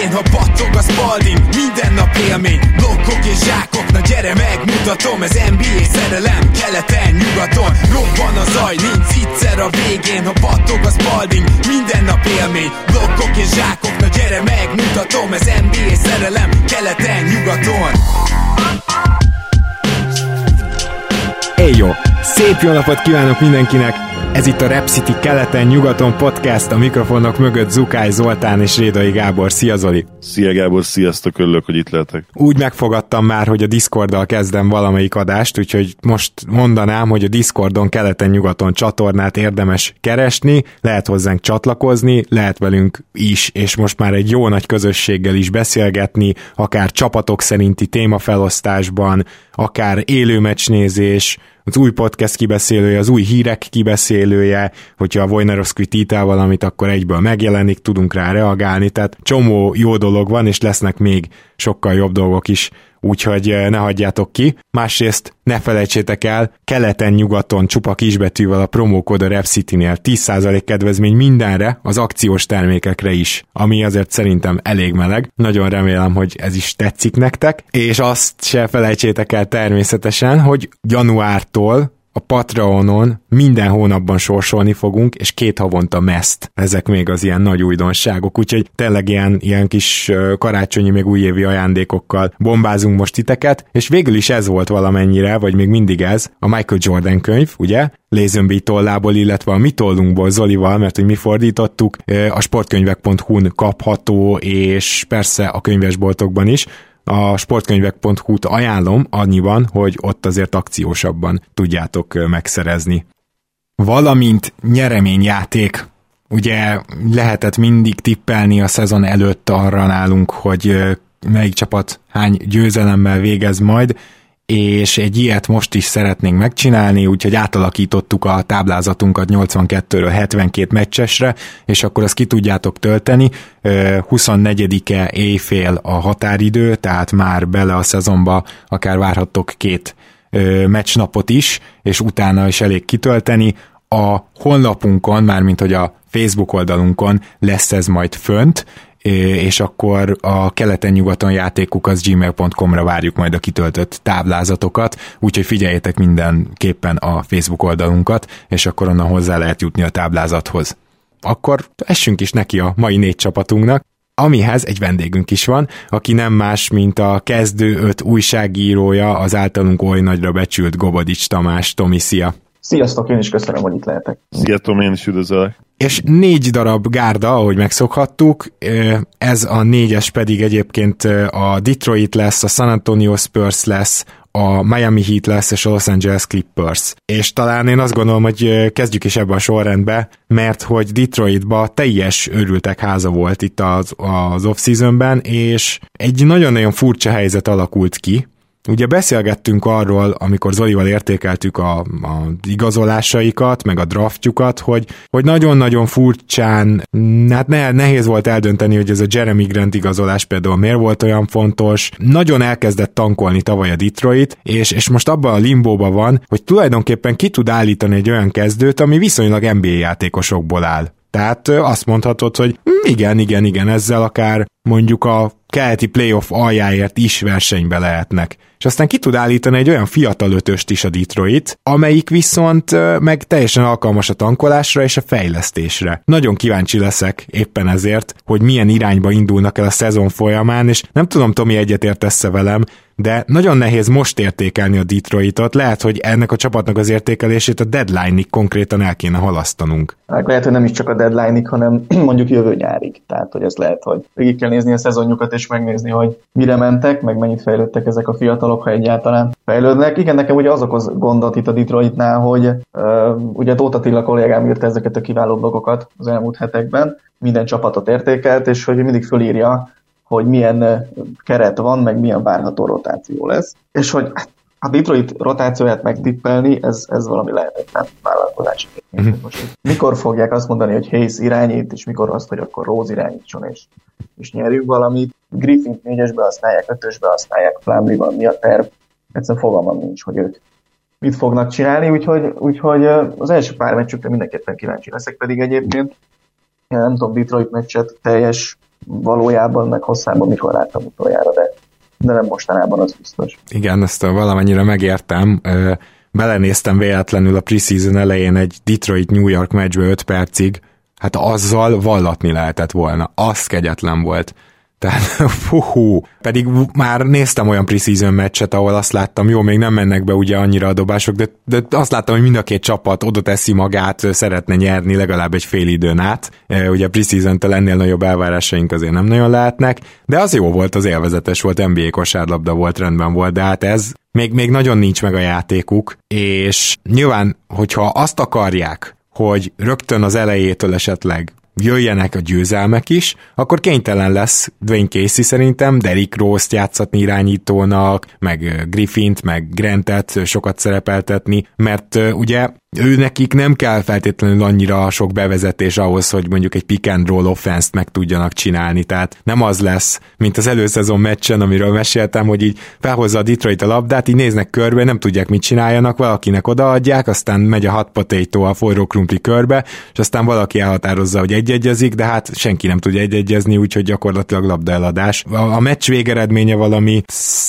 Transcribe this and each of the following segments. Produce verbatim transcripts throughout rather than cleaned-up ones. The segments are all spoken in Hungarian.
végén, ha battog a Spalding, minden nap élmény, blokkok és zsákok, na gyere megmutatom, ez en bé á szerelem, keleten, nyugaton, robban a zaj, nincs egyszer a végén, ha battog a Spalding, minden nap élmény, blokkok és zsákok, na gyere megmutatom, ez en bé á szerelem, keleten, nyugaton. Éjjó! Szép jó napot kívánok mindenkinek! Ez itt a Rep City keleten-nyugaton podcast, a mikrofonok mögött Zukály Zoltán és Rédai Gábor. Szia Zoli! Szia Gábor, sziasztok, örülök, hogy itt lehetek. Úgy megfogadtam már, hogy a Discorddal kezdem valamelyik adást, úgyhogy most mondanám, hogy a Discordon keleten-nyugaton csatornát érdemes keresni, lehet hozzánk csatlakozni, lehet velünk is, és most már egy jó nagy közösséggel is beszélgetni, akár csapatok szerinti témafelosztásban, akár élő meccsnézés, az új podcast kibeszélője, az új hírek kibeszélője, hogyha a Wojnarowski títál valamit, akkor egyből megjelenik, tudunk rá reagálni, tehát csomó jó dolog van, és lesznek még sokkal jobb dolgok is, úgyhogy ne hagyjátok ki. Másrészt ne felejtsétek el, keleten-nyugaton csupa kisbetűvel a promókód a Rep City-nél tíz százalék kedvezmény mindenre, az akciós termékekre is, ami azért szerintem elég meleg. Nagyon remélem, hogy ez is tetszik nektek, és azt se felejtsétek el természetesen, hogy januártól a Patreonon minden hónapban sorsolni fogunk, és két havonta meszt. Ezek még az ilyen nagy újdonságok, úgyhogy tényleg ilyen, ilyen kis karácsonyi, még újévi ajándékokkal bombázunk most titeket, és végül is ez volt valamennyire, vagy még mindig ez, a Michael Jordan könyv, ugye? Lazenby tollából, illetve a mi tollunkból Zolival, mert hogy mi fordítottuk, a sportkönyvek pont hu-n kapható, és persze a könyvesboltokban is. A sportkönyvek pont hu-t ajánlom annyiban, hogy ott azért akciósabban tudjátok megszerezni. Valamint nyereményjáték. Ugye lehetett mindig tippelni a szezon előtt arra nálunk, hogy melyik csapat hány győzelemmel végez majd, és egy ilyet most is szeretnénk megcsinálni, úgyhogy átalakítottuk a táblázatunkat nyolcvankettőről hetvenkét meccsesre, és akkor azt ki tudjátok tölteni. huszonnegyedike éjfél a határidő, tehát már bele a szezonba akár várhattok két meccsnapot is, és utána is elég kitölteni. A honlapunkon, mármint hogy a Facebook oldalunkon lesz ez majd fönt, és akkor a keleten-nyugaton játékuk az gmail pont com-ra várjuk majd a kitöltött táblázatokat, úgyhogy figyeljetek mindenképpen a Facebook oldalunkat, és akkor onnan hozzá lehet jutni a táblázathoz. Akkor essünk is neki a mai négy csapatunknak, amihez egy vendégünk is van, aki nem más, mint a Kezdő öt újságírója, az általunk oly nagyra becsült Gobodics Tamás. Tomi, szia! Sziasztok, én is köszönöm, hogy itt lehetek. Szia Tomi, én is üdvözöllek. És négy darab gárda, ahogy megszokhattuk, ez a négyes pedig egyébként a Detroit lesz, a San Antonio Spurs lesz, a Miami Heat lesz, és a Los Angeles Clippers. És talán én azt gondolom, hogy kezdjük is ebbe a sorrendbe, mert hogy Detroitba teljes őrültek háza volt itt az, az off-seasonben, és egy nagyon-nagyon furcsa helyzet alakult ki. Ugye beszélgettünk arról, amikor Zolival értékeltük a, a igazolásaikat, meg a draftjukat, hogy, hogy nagyon-nagyon furcsán, hát ne, nehéz volt eldönteni, hogy ez a Jeremy Grant igazolás például miért volt olyan fontos. Nagyon elkezdett tankolni tavaly a Detroit, és, és most abban a limbóban van, hogy tulajdonképpen ki tud állítani egy olyan kezdőt, ami viszonylag en bé á játékosokból áll. Tehát azt mondhatod, hogy igen, igen, igen, ezzel akár mondjuk a keleti playoff aljáért is versenybe lehetnek. És aztán ki tud állítani egy olyan fiatal ötöst is a Detroit, amelyik viszont meg teljesen alkalmas a tankolásra és a fejlesztésre. Nagyon kíváncsi leszek éppen ezért, hogy milyen irányba indulnak el a szezon folyamán, és nem tudom, Tomi, egyetértesz-e velem, de nagyon nehéz most értékelni a Detroitot, lehet, hogy ennek a csapatnak az értékelését a deadline-ig konkrétan el kéne halasztanunk. Lehet, hogy nem is csak a deadline-ig, hanem mondjuk jövő nyárig. Tehát, hogy ez lehet, hogy végig kell nézni a szezonjukat, és megnézni, hogy mire mentek, meg mennyit fejlődtek ezek a fiatalok, ha egyáltalán fejlődnek. Igen, nekem ugye az okoz gondot itt a Detroitnál, hogy uh, ugye Tóth Attila kollégám írta ezeket a kiváló blogokat az elmúlt hetekben, minden csapatot értékelt, és hogy mindig fölírja, hogy milyen keret van, meg milyen várható rotáció lesz. És hogy a Detroit rotációját megtippelni, ez, ez valami lehetetlen vállalkozás. Uh-huh. Most mikor fogják azt mondani, hogy Hayes irányít, és mikor azt, hogy akkor Rose irányítson, és, és nyerjünk valamit. Griffin négyesbe használják, ötösbe használják, Plumlee-ban mi a terv. Egyszerűen fogalmam nincs, hogy ők mit fognak csinálni, úgyhogy, úgyhogy az első pár meccsükre mindenképpen kíváncsi leszek, pedig egyébként én nem tudom Detroit meccset teljes valójában, meg hosszában mikor láttam utoljára, de, de nem mostanában, az biztos. Igen, ezt valamennyire megértem. Belenéztem véletlenül a preseason elején egy Detroit-New York meccsbe öt percig, hát azzal vallatni lehetett volna. Az kegyetlen volt. Tehát, fuhú. Pedig már néztem olyan preseason meccset, ahol azt láttam, jó, még nem mennek be ugye annyira a dobások, de, de azt láttam, hogy mind a két csapat oda teszi magát, szeretne nyerni legalább egy fél időn át. Ugye a preseason-től ennél nagyobb elvárásaink azért nem nagyon lehetnek, de az jó volt, az élvezetes volt, en bé á kosárlabda volt, rendben volt, de hát ez még, még nagyon nincs meg a játékuk, és nyilván, hogyha azt akarják, hogy rögtön az elejétől esetleg jöjjenek a győzelmek is, akkor kénytelen lesz Dwayne Casey szerintem Derrick Rose-t játszatni irányítónak, meg Griffint, meg Grantet sokat szerepeltetni, mert uh, ugye ő nekik nem kell feltétlenül annyira sok bevezetés ahhoz, hogy mondjuk egy pick and roll offense-t meg tudjanak csinálni, tehát nem az lesz, mint az előszezon meccsen, amiről meséltem, hogy így felhozza a Detroit a labdát, így néznek körbe, nem tudják mit csináljanak, valakinek odaadják, aztán megy a hot potato a forró krumpli körbe, és aztán valaki elhatározza, hogy egyegyezik, de hát senki nem tudja egyegyezni, úgyhogy gyakorlatilag labdaeladás. A, a meccs végeredménye valami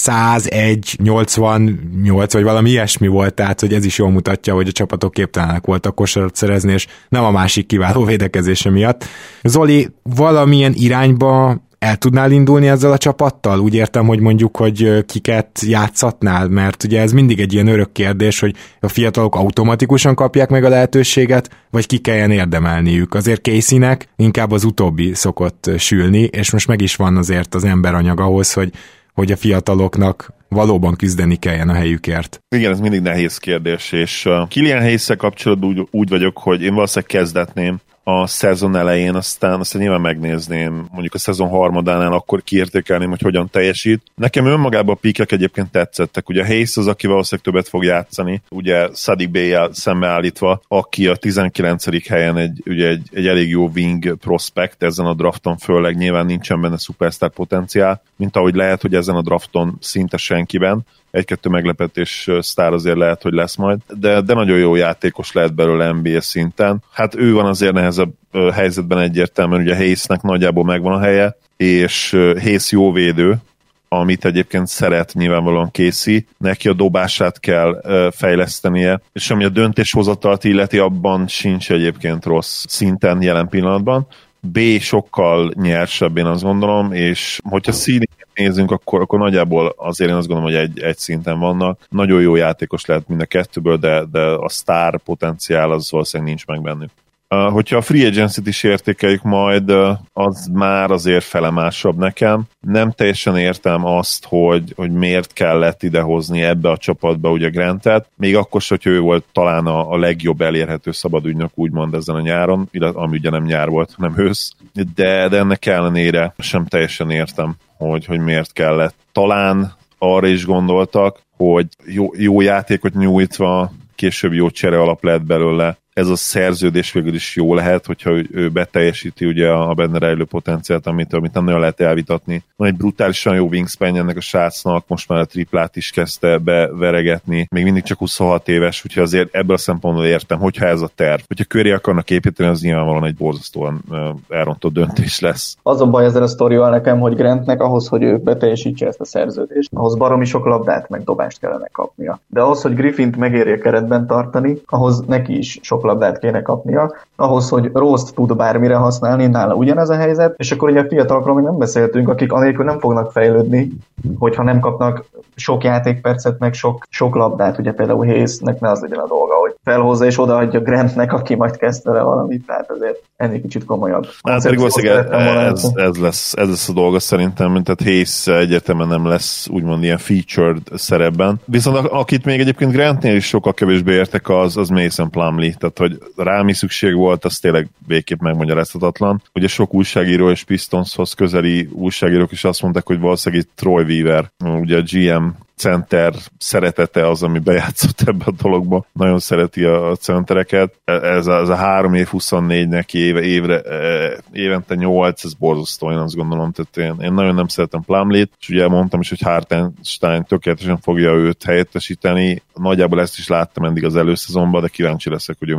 százegy nyolcvannyolc, vagy valami ilyesmi volt, tehát hogy ez is jól mutatja, hogy a csapatok képtelenek voltak kosarat szerezni, és nem a másik kiváló védekezése miatt. Zoli, valamilyen irányba el tudnál indulni ezzel a csapattal? Úgy értem, hogy mondjuk, hogy kiket játszatnál, mert ugye ez mindig egy ilyen örök kérdés, hogy a fiatalok automatikusan kapják meg a lehetőséget, vagy ki kelljen érdemelniük. Azért Casey-nek inkább az utóbbi szokott sülni, és most meg is van azért az emberanyag ahhoz, hogy hogy a fiataloknak valóban küzdeni kelljen a helyükért. Igen, ez mindig nehéz kérdés, és uh, Killian Hayes-szel kapcsolatban úgy, úgy vagyok, hogy én valószínűleg kezdetném a szezon elején, aztán, aztán nyilván megnézném, mondjuk a szezon harmadánál akkor kiértékelném, hogy hogyan teljesít. Nekem önmagában a píkek egyébként tetszettek. Ugye Hayes az, aki valószínűleg többet fog játszani, ugye Saddiq Bey-jel szembeállítva, aki a tizenkilencedik helyen egy, ugye egy, egy elég jó wing prospect ezen a drafton, főleg nyilván nincsen benne szupersztár potenciál, mint ahogy lehet, hogy ezen a drafton szinte senkiben. Egy-kettő meglepetés sztár azért lehet, hogy lesz majd, de, de nagyon jó játékos lehet belőle en bé á szinten. Hát ő van azért nehezebb helyzetben egyértelműen, ugye Hayesnek nagyjából megvan a helye, és Hayes jó védő, amit egyébként szeret nyilvánvalóan Casey, neki a dobását kell fejlesztenie, és ami a döntéshozatalt illeti, abban sincs egyébként rossz szinten jelen pillanatban. B sokkal nyersebb, én azt gondolom, és hogyha színi nézzünk, akkor, akkor nagyjából azért én azt gondolom, hogy egy, egy szinten vannak. Nagyon jó játékos lehet mind a kettőből, de, de a sztár potenciál az valószínűleg nincs meg bennük. Uh, hogyha a free agency-t is értékeljük majd, uh, az már azért felemásabb nekem. Nem teljesen értem azt, hogy, hogy miért kellett idehozni ebbe a csapatba ugye Grantet, még akkor sem, hogy ő volt talán a, a legjobb elérhető szabadügynök úgymond ezen a nyáron, ami ugye nem nyár volt, hanem ősz, de, de ennek ellenére sem teljesen értem, hogy, hogy miért kellett. Talán arra is gondoltak, hogy jó, jó játékot nyújtva, később jó csere alap lehet belőle. Ez a szerződés végül is jó lehet, hogyha ő beteljesíti ugye a benne rejlő potenciált, amit, amit nem nagyon lehet elvitatni. Van egy brutálisan jó wingspan ennek a srácnak, most már a triplát is kezdte beveregetni, még mindig csak huszonhat éves, úgyhogy azért ebből a szempontból értem, hogyha ez a terv. Hogyha köré akarnak építeni, az nyilvánvalóan egy borzasztóan elrontott döntés lesz. Az a baj ezzel a sztorival nekem, hogy Grantnek ahhoz, hogy ő beteljesítse ezt a szerződést, ahhoz baromi sok labdát meg dobást kellene kapnia. De ahhoz, hogy Griffint megérje keretben tartani, ahhoz neki is sok labdát kéne kapnia, ahhoz, hogy Rose-t tud bármire használni, nála ugyanez a helyzet, és akkor ugye a fiatalokról még nem beszéltünk, akik anélkül nem fognak fejlődni, hogyha nem kapnak sok játékpercet, meg sok, sok labdát, ugye például Hayesnek ne az legyen a dolga, hogy felhozza és odaadja Grantnek, aki majd kezd vele valamit, tehát azért ennél kicsit komolyabb. Hát pedig valószínűleg ez, ez, lesz, ez lesz a dolga szerintem, mint tehát Hayes egyértelműen nem lesz úgymond ilyen featured szerepben. Viszont akit még egyébként Grantnél is sokkal kevésbé értek, az, az Mason Plumlee, tehát hogy rá mi szükség volt, az tényleg végképp megmagyarázhatatlan. Ugye sok újságíró és Pistonshoz közeli újságírók is azt mondták, hogy valószínűleg itt Troy Weaver, ugye a gé em center szeretete az, ami bejátszott ebbe a dologba. Nagyon szereti a centereket. Ez a, ez a három év huszonnégy neki éve, évre, évente nyolc, ez borzasztó, én azt gondolom. Tehát én, én nagyon nem szeretem Plumlee-t, és ugye mondtam is, hogy Hartenstein tökéletesen fogja őt helyettesíteni. Nagyjából ezt is láttam eddig az előszezonban, de kíváncsi leszek, hogy ő mit tud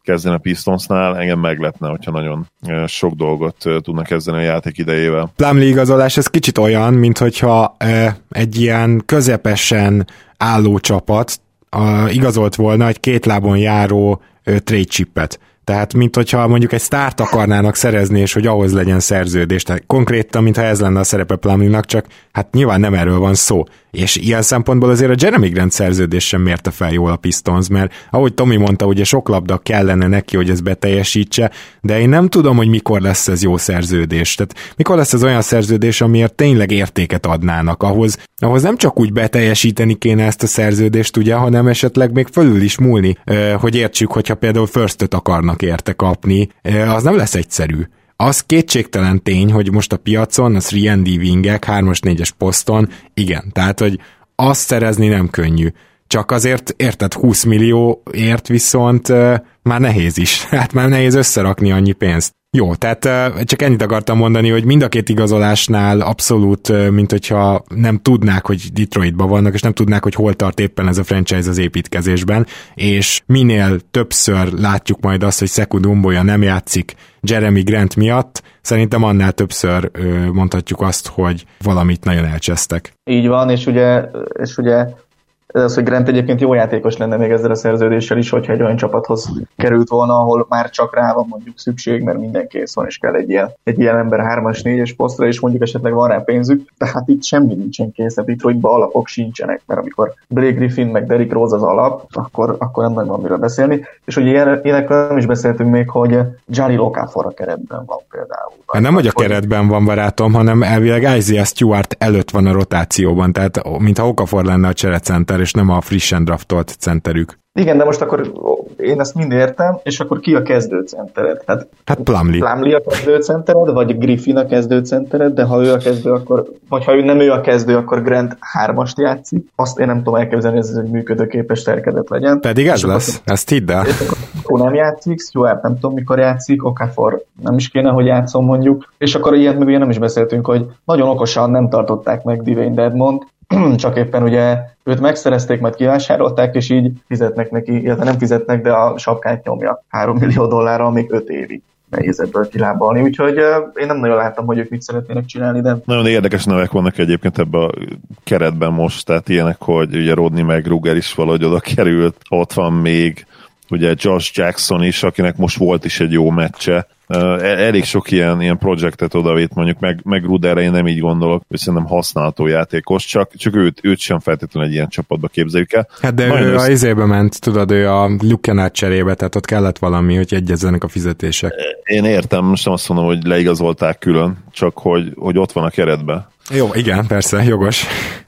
kezdeni a Pistonsnál, engem meglepne, hogyha nagyon sok dolgot tudnak kezdeni a játék idejével. Plumlee igazolás, ez kicsit olyan, mint hogyha egy ilyen közepesen álló csapat igazolt volna egy két lábon járó trade chipet. Tehát, mint hogyha mondjuk egy sztárt akarnának szerezni, és hogy ahhoz legyen szerződés. Tehát konkrétan, mintha ez lenne a szerepe Plumlee-nak, csak hát nyilván nem erről van szó. És ilyen szempontból azért a Jeremy Grant szerződés sem mérte fel jól a Pistons, mert ahogy Tomi mondta, ugye sok labda kellene neki, hogy ezt beteljesítse, de én nem tudom, hogy mikor lesz ez jó szerződés. Tehát mikor lesz ez olyan szerződés, amiért tényleg értéket adnának. Ahhoz, ahhoz nem csak úgy beteljesíteni kéne ezt a szerződést, ugye, hanem esetleg még fölül is múlni, hogy értsük, hogyha például firstöt akarnak érte kapni, az nem lesz egyszerű. Az kétségtelen tény, hogy most a piacon, a három and D wingek, hármas négyes poszton, igen, tehát, hogy azt szerezni nem könnyű. Csak azért, érted, húsz millióért viszont uh, már nehéz is. Hát már nehéz összerakni annyi pénzt. Jó, tehát uh, csak ennyit akartam mondani, hogy mind a két igazolásnál abszolút, uh, mint hogyha nem tudnák, hogy Detroitban vannak, és nem tudnák, hogy hol tart éppen ez a franchise az építkezésben, és minél többször látjuk majd azt, hogy Sekou Doumbouya nem játszik Jeremy Grant miatt, szerintem annál többször uh, mondhatjuk azt, hogy valamit nagyon elcsesztek. Így van, és ugye, és ugye ez az, hogy Grant egyébként jó játékos lenne még ezzel a szerződéssel is, hogyha egy olyan csapathoz került volna, ahol már csak rá van mondjuk szükség, mert minden kész van, és kell egy ilyen, egy ilyen ember hármas, négyes posztra, és mondjuk esetleg van rá pénzük, tehát itt semmi nincsen kész, a Detroitban alapok sincsenek, mert amikor Blake Griffin meg Derrick Rose az alap, akkor, akkor nem nagyon van miről beszélni, és ugye ilyenekről nem is beszéltünk még, hogy Jahlil Okafor a keretben van például. Hát nem, hogy a keretben van, barátom, hanem elvileg Isaiah Stewart előtt van a rotációban, tehát mintha Okafor lenne a cserecenter, és nem a frissen draftolt centerük. Igen, de most akkor én ezt mind értem, és akkor ki a kezdőcentered? Hát, hát Plumlee. Plumlee a kezdőcentered, vagy Griffin a kezdőcentered, de ha ő a kezdő, akkor, vagy ha ő nem ő a kezdő, akkor Grant hármast játszik. Azt én nem tudom elképzelni, hogy ez egy működőképes szerkezet legyen. Pedig ez lesz, akkor, ezt hidd el. Akkor nem játszik, Stewart nem tudom mikor játszik, Okafor nem is kéne, hogy játszom mondjuk, és akkor ilyet meg ugye nem is beszéltünk, hogy nagyon okosan nem tartották meg Dwayne Dedmont, csak éppen ugye őt megszerezték, majd kivásárolták, és így fizetnek neki, illetve nem fizetnek, de a sapkát nyomja három millió dollárral még öt évig. Nehéz ebből kilábalni, úgyhogy uh, én nem nagyon láttam, hogy ők mit szeretnének csinálni, de... Nagyon érdekes nevek vannak egyébként ebben a keretben most, tehát ilyenek, hogy ugye Rodney McGruger is valahogy oda került, ott van még ugye Josh Jackson is, akinek most volt is egy jó meccse. Uh, elég sok ilyen, ilyen projektet odavét, mondjuk meg, meg Ruderre én nem így gondolok, hogy szerintem használható játékos, csak, csak őt, őt sem feltétlenül egy ilyen csapatba képzeljük el. Hát de Nagyon ő össze... a izébe ment, tudod, ő a Luke cserébe, tehát ott kellett valami, hogy egyezzenek a fizetések. Én értem, most nem azt mondom, hogy leigazolták külön, csak hogy, hogy ott van a keretben. Jó, igen, persze, jogos.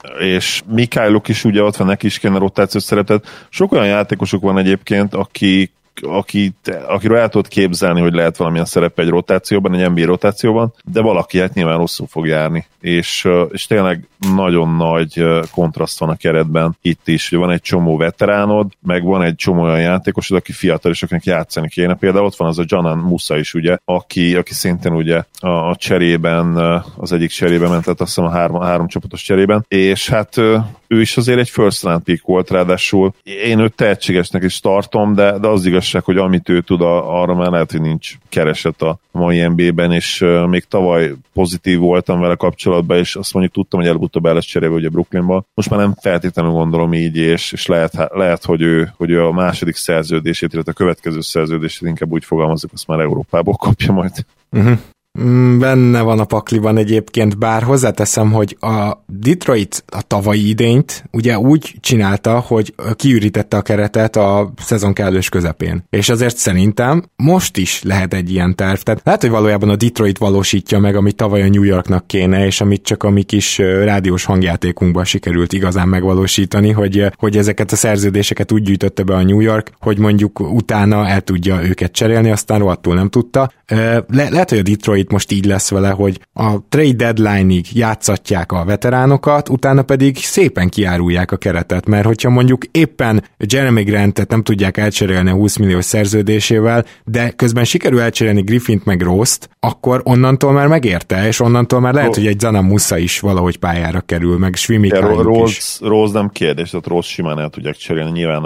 És Mikhailuk is ugye ott van, neki is kéne rotációs szerepet. Sok olyan játékosok van egyébként, akik Akit, akiről el tudod képzelni, hogy lehet valamilyen szerepe egy rotációban, egy en bé á rotációban, de valaki hát nyilván rosszul fog járni. És, és tényleg nagyon nagy kontraszt van a keretben itt is, hogy van egy csomó veteránod, meg van egy csomó olyan játékosod, aki fiatal, és akinek játszani kéne. Például ott van az a Janan Musa is, ugye, aki, aki szintén ugye a, a cserében, az egyik cserében ment, tehát azt hiszem a három, a három csapatos cserében, és hát ő is azért egy first round pick volt, ráadásul én őt tehetségesnek is tartom, de, de az igazság, hogy amit ő tud, arra már lehet, hogy nincs kereset a mai en bé á-ben, és uh, még tavaly pozitív voltam vele kapcsolatban, és azt mondjuk tudtam, hogy előbb-utóbb el lesz cserélve ugye Brooklynban. Most már nem feltétlenül gondolom így, és, és lehet, lehet hogy, ő, hogy ő a második szerződését, illetve a következő szerződését inkább úgy fogalmazok, azt már Európából kapja majd. Uh-huh. Benne van a pakliban egyébként, bár hozzáteszem, hogy a Detroit a tavalyi idényt ugye úgy csinálta, hogy kiürítette a keretet a szezon kellős közepén. És azért szerintem most is lehet egy ilyen terv. Tehát lehet, hogy valójában a Detroit valósítja meg, amit tavaly a New Yorknak kéne, és amit csak a mi kis rádiós hangjátékunkban sikerült igazán megvalósítani, hogy, hogy ezeket a szerződéseket úgy gyűjtötte be a New York, hogy mondjuk utána el tudja őket cserélni, aztán rohadtul nem tudta. Le- lehet, hogy a Detroit most így lesz vele, hogy a trade deadline-ig játszatják a veteránokat, utána pedig szépen kiárulják a keretet, mert hogyha mondjuk éppen Jeremy Grantet nem tudják elcserélni a húsz milliós szerződésével, de közben sikerül elcserélni Griffint meg Rose-t, akkor onnantól már megérte, és onnantól már lehet, Ro- hogy egy Janan Musa is valahogy pályára kerül, meg Svimikáljuk Rose, is. Rose nem kérdés, tehát Rose simán el tudják cserélni, nyilván a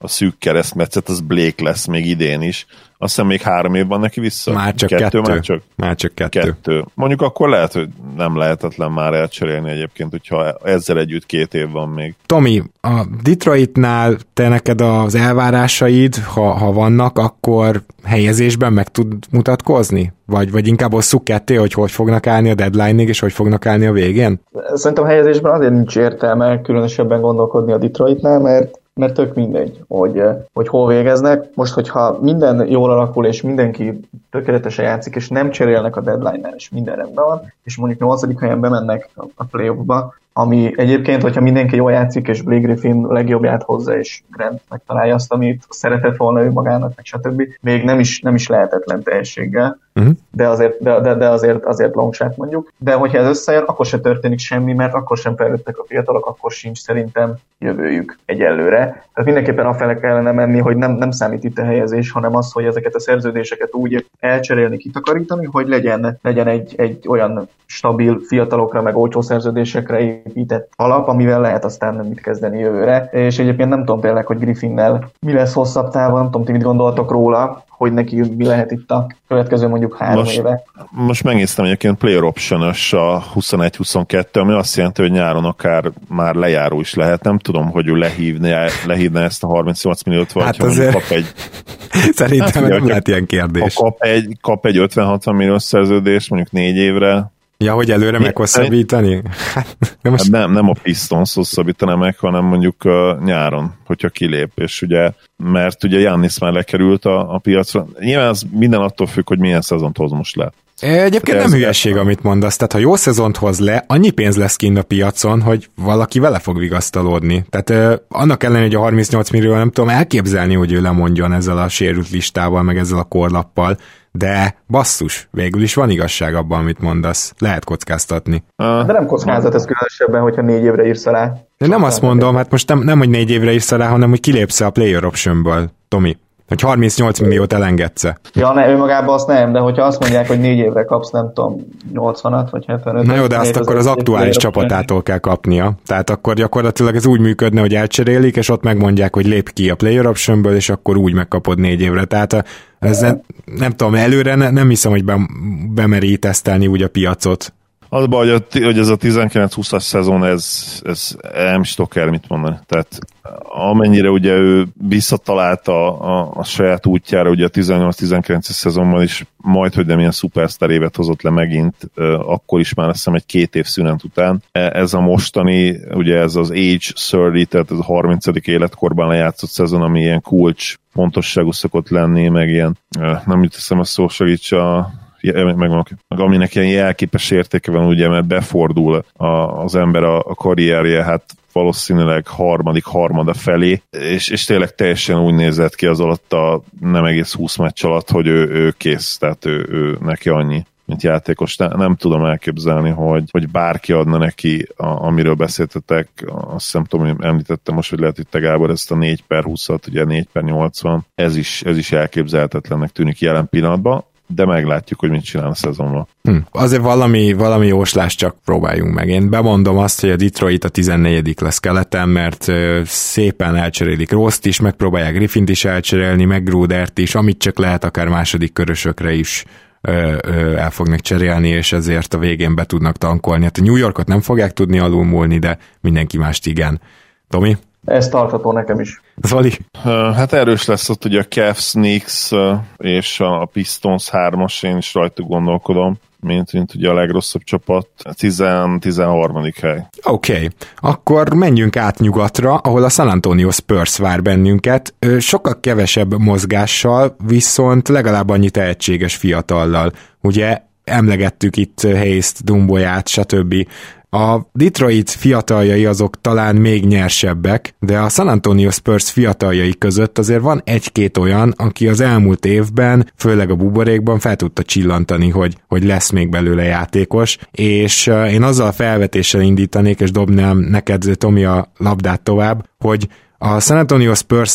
a szűk keresztmetszet, az Blake lesz még idén is. Azt hiszem még három év van neki vissza. Már csak kettő. kettő. Már, csak már csak kettő. kettő. Mondjuk akkor lehet, hogy nem lehetetlen már elcserélni egyébként, hogyha ezzel együtt két év van még. Tomi, a Detroitnál te neked az elvárásaid, ha, ha vannak, akkor helyezésben meg tud mutatkozni? Vagy, vagy inkább osszuk ketté, hogy hogy fognak állni a deadline-ig, és hogy fognak állni a végén? Szerintem helyezésben azért nincs értelme különösebben gondolkodni a Detroitnál, mert mert tök mindegy, hogy, hogy hol végeznek. Most, hogyha minden jól alakul, és mindenki tökéletesen játszik, és nem cserélnek a deadline-nál, és minden rendben van, és mondjuk nyolcadik helyen bemennek a playoffba, ami egyébként, hogyha mindenki jól játszik, és Blake Griffin legjobbját hozza, és Grant megtalálja azt, amit szeretett volna ő magának, meg stb. Még nem is, nem is lehetetlen teljességgel, uh-huh. de, azért, de, de, de azért, azért longshot mondjuk. De hogyha ez összejön, akkor se történik semmi, mert akkor sem fejlődtek a fiatalok, akkor sincs szerintem jövőjük egyelőre. Tehát mindenképpen afele kellene menni, hogy nem, nem számít itt a helyezés, hanem az, hogy ezeket a szerződéseket úgy elcserélni, kitakarítani, hogy legyen, legyen egy, egy olyan stabil fiatalokra, meg olcsó szerződésekre épített alap, amivel lehet aztán nem mit kezdeni jövőre. És egyébként nem tudom tényleg, hogy Griffinnel mi lesz hosszabb távon, nem tudom, ti mit gondoltok róla, hogy neki mi lehet itt a következő mondjuk három most, éve. Most megnéztem egyébként player option-ös a huszonegy huszonkettő, ami azt jelenti, hogy nyáron akár már lejáró is lehet. Nem tudom, hogy ő lehívne, lehívne ezt a harmincnyolc milliót, vagy hát ha azért... kap egy... Szerintem nem lehet ilyen kérdés. Ha kap egy, kap egy ötven-hatvan milliós szerződést, mondjuk négy évre. Ja, hogy előre meghosszabbítani? Nem, most... hát nem, nem a Pistons hosszabbítaná meg, hanem mondjuk uh, nyáron, hogyha kilép, és ugye, mert ugye Giannis már lekerült a, a piacra. Nyilván az minden attól függ, hogy milyen szezont hoz most le. Egyébként ez nem hülyeség, amit mondasz, tehát ha jó szezont hoz le, annyi pénz lesz kint a piacon, hogy valaki vele fog vigasztalódni. Tehát ö, annak ellenére, hogy a harmincnyolc millió nem tudom elképzelni, hogy ő lemondjon ezzel a sérült listával, meg ezzel a korlappal, de basszus, végül is van igazság abban, amit mondasz. Lehet kockáztatni. De nem kockázat ez különösebben, hogyha négy évre írsz alá. De nem azt mondom, hát most nem, nem hogy négy évre írsz alá, hanem hogy kilépsz a player optionből, Tomi. Hogy harmincnyolc milliót elengedsz. Ja, ne, ő magában azt nem, de hogyha azt mondják, hogy négy évre kapsz, nem tudom, nyolcvanat vagy hetvenöt. Na jó, de azt akkor az, az aktuális csapatától kell kapnia. Tehát akkor gyakorlatilag ez úgy működne, hogy elcserélik, és ott megmondják, hogy lép ki a player optionből, és akkor úgy megkapod négy évre. Tehát ez nem, nem tudom, előre ne, nem hiszem, hogy be, bemeri tesztelni úgy a piacot. Az baj, hogy, a, hogy ez a tizenkilenc húszas szezon, ez, ez nem is tudok el mit mondani. Tehát amennyire ugye ő visszatalált a, a, a saját útjára, ugye a tizennyolc tizenkilences szezonban is majd, hogy nem ilyen szupersztár évet hozott le megint, akkor is már azt hiszem egy két év szünet után. Ez a mostani, ugye ez az age harminc, tehát ez a harmincadik életkorban lejátszott szezon, ami ilyen kulcs pontosságú szokott lenni, meg ilyen, nem jut eszem a szó, segíts a meg, meg, meg aminek ilyen jelképes értéke van, ugye, mert befordul a, az ember a, a karrierje, hát valószínűleg harmadik harmada felé, és, és tényleg teljesen úgy nézett ki az alatt a nem egész húsz meccs alatt, hogy ő, ő kész, tehát ő, ő neki annyi, mint játékos. Ne, nem tudom elképzelni, hogy, hogy bárki adna neki, a, amiről beszéltetek, azt hiszem, tudom, említettem most, hogy lehet itt Gábor ezt a négy per húszat, ugye négy per nyolcvan, ez is, ez is elképzelhetetlennek tűnik jelen pillanatban, de meglátjuk, hogy mit csinál a szezonban. Hm. Azért valami, valami jóslást csak próbáljunk meg. Én bemondom azt, hogy a Detroit a tizennegyedik lesz keleten, mert ö, szépen elcserélik Rost is, megpróbálják Griffint is elcserélni, meg Grudert is, amit csak lehet, akár második körösökre is ö, ö, el fognak cserélni, és ezért a végén be tudnak tankolni. Hát a New Yorkot nem fogják tudni alulmúlni, de mindenki mást igen. Tomi? Ez tartható nekem is. Zoli? Hát erős lesz ott ugye a Cavs, Knicks és a Pistons hármas, én is rajtuk gondolkodom, mint, mint ugye a legrosszabb csapat, tíz-tizenharmadik hely. Oké, okay. Akkor menjünk át nyugatra, ahol a San Antonio Spurs vár bennünket, sokkal kevesebb mozgással, viszont legalább annyi tehetséges fiatallal. Ugye emlegettük itt Hayes-t, Dumboyát, stb. A Detroit fiataljai azok talán még nyersebbek, de a San Antonio Spurs fiataljai között azért van egy-két olyan, aki az elmúlt évben, főleg a buborékban fel tudta csillantani, hogy, hogy lesz még belőle játékos, és én azzal a felvetéssel indítanék, és dobnám neked, Tomi, a labdát tovább, hogy a San Antonio Spursnek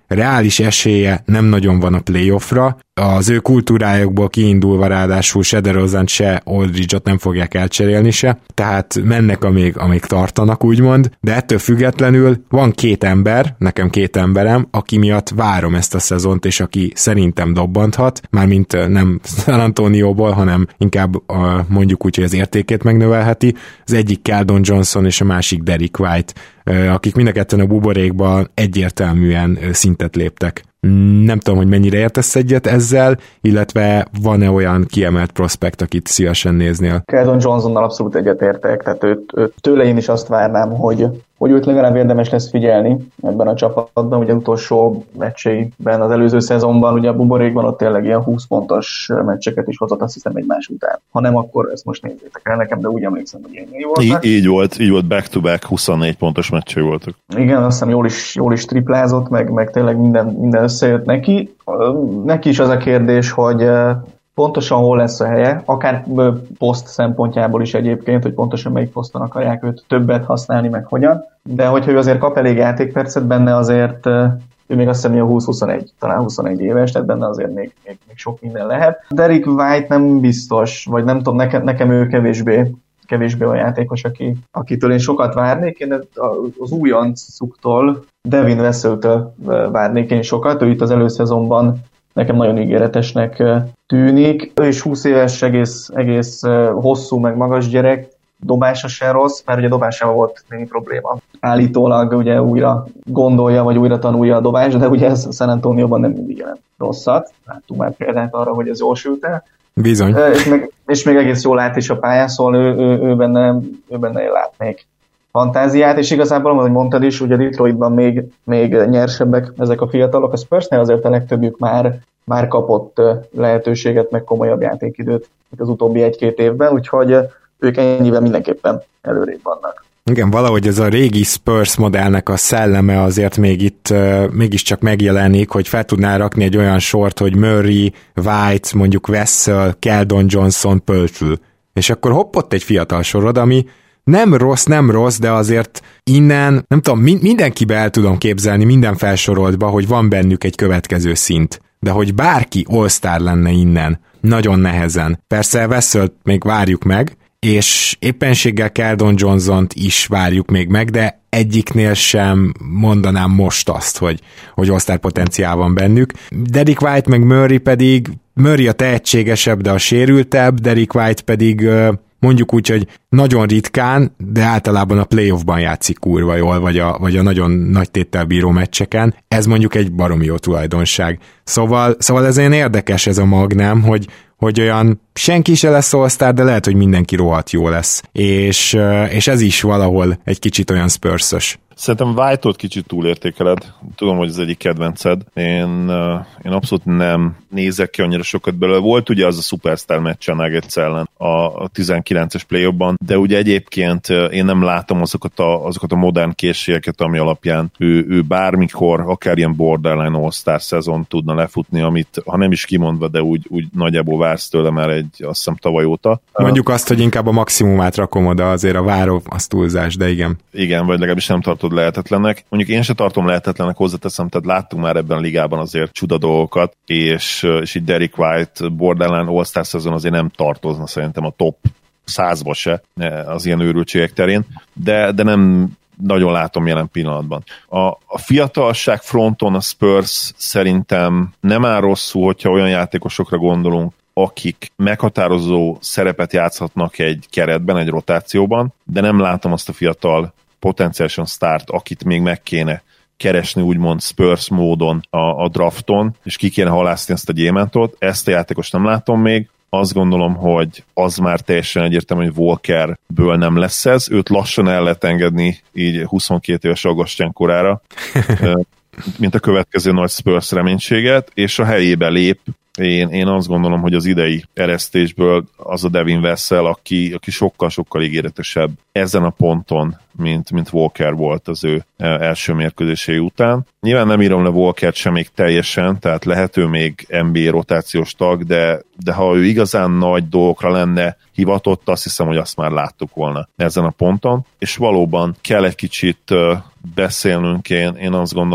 reális esélye nem nagyon van a playoffra, az ő kultúrájukból kiindulva ráadásul se DeRozant, se Aldridge-ot nem fogják elcserélni se, tehát mennek amíg, amíg tartanak úgymond, de ettől függetlenül van két ember, nekem két emberem, aki miatt várom ezt a szezont, és aki szerintem dobbanthat, mármint nem San Antonióból, hanem inkább a, mondjuk úgy, hogy az értékét megnövelheti. Az egyik Keldon Johnson és a másik Derrick White, akik mind a ketten a buborékban egyértelműen szintet léptek. Nem tudom, hogy mennyire értesz egyet ezzel, illetve van-e olyan kiemelt prospekt, akit szívesen néznél? Keldon Johnsonnal abszolút egyetértek, tehát őt, őt, tőle én is azt várnám, hogy, hogy őt legalább érdemes lesz figyelni ebben a csapatban, ugye utolsó meccseiben az előző szezonban, ugye a buborékban ott tényleg ilyen húsz pontos meccseket is hozott, azt hiszem egymás után. Ha nem, akkor ezt most nézzétek el nekem, de úgy emlékszem, hogy ilyen voltak. Így, így volt, így volt back-to-back huszonnégy pontos meccsei voltak. Igen, azt hiszem jól is, jól is triplázott, meg, meg tényleg minden, minden összejött neki. Neki is az a kérdés, hogy pontosan hol lesz a helye, akár poszt szempontjából is egyébként, hogy pontosan melyik poszton akarják őt többet használni, meg hogyan. De hogyha ő azért kap elég játékpercet benne, azért ő még azt hiszem, hogy a húsz-huszonegy, talán huszonegy éves, tehát benne azért még, még, még sok minden lehet. Derrick White nem biztos, vagy nem tudom, nekem, nekem ő kevésbé, kevésbé olyan játékos, aki, akitől én sokat várnék. Én az újoncuktól, Devin Vassell-től várnék én sokat, ő itt az előszezonban nekem nagyon ígéretesnek tűnik. Ő is húsz éves, egész, egész hosszú, meg magas gyerek, dobása se rossz, mert ugye dobásával volt némi probléma. Állítólag ugye újra gondolja, vagy újra tanulja a dobást, de ugye ez San Antonióban nem mindig jelent rosszat. Láttunk már példát arra, hogy ez jól sült el. Bizony. És még, és még egész jól lát is a pályán, szóval ő, ő, ő, benne, ő benne én látnék fantáziát, és igazából, ahogy mondtad is, ugye Detroitban még, még nyersebbek ezek a fiatalok, a Spursnél azért a legtöbbjük már, már kapott lehetőséget, meg komolyabb játékidőt az utóbbi egy-két évben, úgyhogy ők ennyivel mindenképpen előrébb vannak. Igen, valahogy ez a régi Spurs modellnek a szelleme azért még itt uh, mégiscsak megjelenik, hogy fel tudnál rakni egy olyan sort, hogy Murray, White, mondjuk Vassell, Keldon Johnson, Pöltl. És akkor hoppott egy fiatal sorod, ami nem rossz, nem rossz, de azért innen, nem tudom, mi- mindenkibe el tudom képzelni, minden felsoroltba, hogy van bennük egy következő szint. De hogy bárki all-star lenne innen, nagyon nehezen. Persze Vassell még várjuk meg, és éppenséggel Keldon Johnsont is várjuk még meg, de egyiknél sem mondanám most azt, hogy, hogy all-star potenciál van bennük. Derrick White meg Murray pedig, Murray a tehetségesebb, de a sérültebb, Derrick White pedig mondjuk úgy, hogy nagyon ritkán, de általában a playoffban játszik kurva jól, vagy a, vagy a nagyon nagy téttel bíró meccseken. Ez mondjuk egy baromi jó tulajdonság. Szóval, szóval ez olyan érdekes ez a mag, nem, hogy, hogy olyan senki se lesz all-star, de lehet, hogy mindenki rohadt jó lesz. És, és ez is valahol egy kicsit olyan Spurs-ös. Szerintem White-ot kicsit túlértékeled. Tudom, hogy ez egyik kedvenced. Én, én abszolút nem nézek ki annyira sokat belőle. Volt ugye az a Superstar meccs a Nuggets ellen a tizenkilences play-offban, de ugye egyébként én nem látom azokat a, azokat a modern készségeket, ami alapján ő, ő bármikor, akár ilyen borderline all-star szezon tudna lefutni, amit ha nem is kimondva, de úgy, úgy nagyjából vársz tőle már egy, azt hiszem tavaly óta. Mondjuk azt, hogy inkább a maximumát rakom oda, azért a váró az túlzás, de igen. Igen, vagy legalábbis nem tartod lehetetlenek. Mondjuk én se tartom lehetetlenek, hozzáteszem, tehát láttunk már ebben a ligában azért csuda dolgokat, és, és így Derrick White borderline all-star szezon azért nem tartozna szerintem a top százba se az ilyen őrültségek terén, de, de nem nagyon látom jelen pillanatban. A, a fiatalság fronton a Spurs szerintem nem áll rosszul, hogyha olyan játékosokra gondolunk, akik meghatározó szerepet játszhatnak egy keretben, egy rotációban, de nem látom azt a fiatal potenciálisan sztárt, akit még meg kéne keresni úgymond Spurs módon a, a drafton, és ki kéne halászni ezt a gyémántot. Ezt a játékost nem látom még. Azt gondolom, hogy az már teljesen egyértelmű, hogy Walkerből nem lesz ez. Őt lassan el lehet engedni így huszonkét éves Augustján korára, mint a következő nagy Spurs reménységet, és a helyébe lép. Én, én azt gondolom, hogy az idei eresztésből az a Devin Vassell, aki, aki sokkal-sokkal ígéretesebb ezen a ponton, mint, mint Walker volt az ő első mérkőzései után. Nyilván nem írom le Walkert sem még teljesen, tehát lehet ő még en bé á rotációs tag, de, de ha ő igazán nagy dolgokra lenne hivatott, azt hiszem, hogy azt már láttuk volna ezen a ponton, és valóban kell egy kicsit beszélnünk, én, én azt gondolom,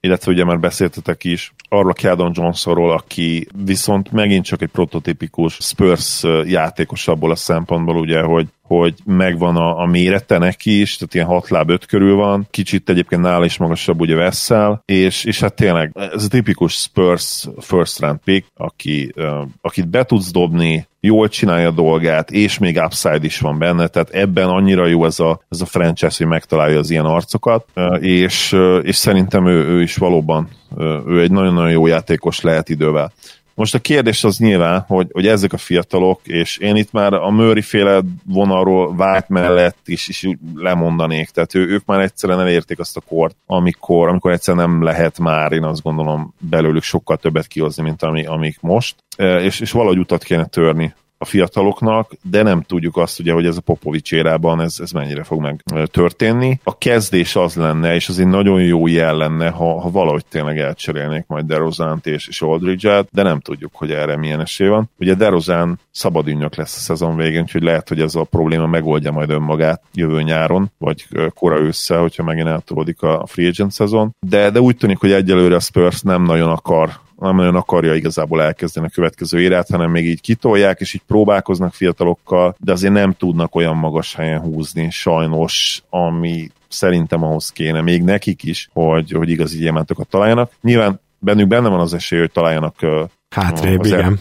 illetve ugye már beszéltetek is arról a Keldon Johnsonról, aki viszont megint csak egy prototipikus Spurs játékos abból a szempontból, ugye, hogy hogy megvan a, a mérete neki is, tehát ilyen hat láb öt körül van, kicsit egyébként nála is magasabb ugye Vessel, és, és hát tényleg ez a tipikus Spurs first round pick, aki, uh, akit be tudsz dobni, jól csinálja a dolgát, és még upside is van benne, tehát ebben annyira jó ez a, ez a franchise, hogy megtalálja az ilyen arcokat, uh, és, uh, és szerintem ő, ő is valóban uh, ő egy nagyon-nagyon jó játékos lehet idővel. Most a kérdés az nyilván, hogy, hogy ezek a fiatalok, és én itt már a Murray-féle vonalról White mellett is, is lemondanék, tehát ő, ők már egyszerűen elérték azt a kort, amikor, amikor egyszerűen nem lehet már, én azt gondolom, belőlük sokkal többet kihozni, mint ami, amik most, és, és valahogy utat kéne törni a fiataloknak, de nem tudjuk azt ugye, hogy ez a Popovics érában ez, ez mennyire fog meg történni. A kezdés az lenne, és az egy nagyon jó jel lenne, ha, ha valahogy tényleg elcserélnék majd DeRozant és, és Aldridge-et, de nem tudjuk, hogy erre milyen esély van. Ugye DeRozan szabad ügynök lesz a szezon végén, úgyhogy lehet, hogy ez a probléma megoldja majd önmagát jövő nyáron, vagy kora ősszel, hogyha megint eltolódik a free agent szezon. De, de úgy tűnik, hogy egyelőre a Spurs nem nagyon akar nem nagyon akarja igazából elkezdeni a következő érát, hanem még így kitolják, és így próbálkoznak fiatalokkal, de azért nem tudnak olyan magas helyen húzni, sajnos, ami szerintem ahhoz kéne, még nekik is, hogy, hogy igazi gyémántokat találjanak. Nyilván bennük benne van az esély, hogy találjanak hátrébb, igen.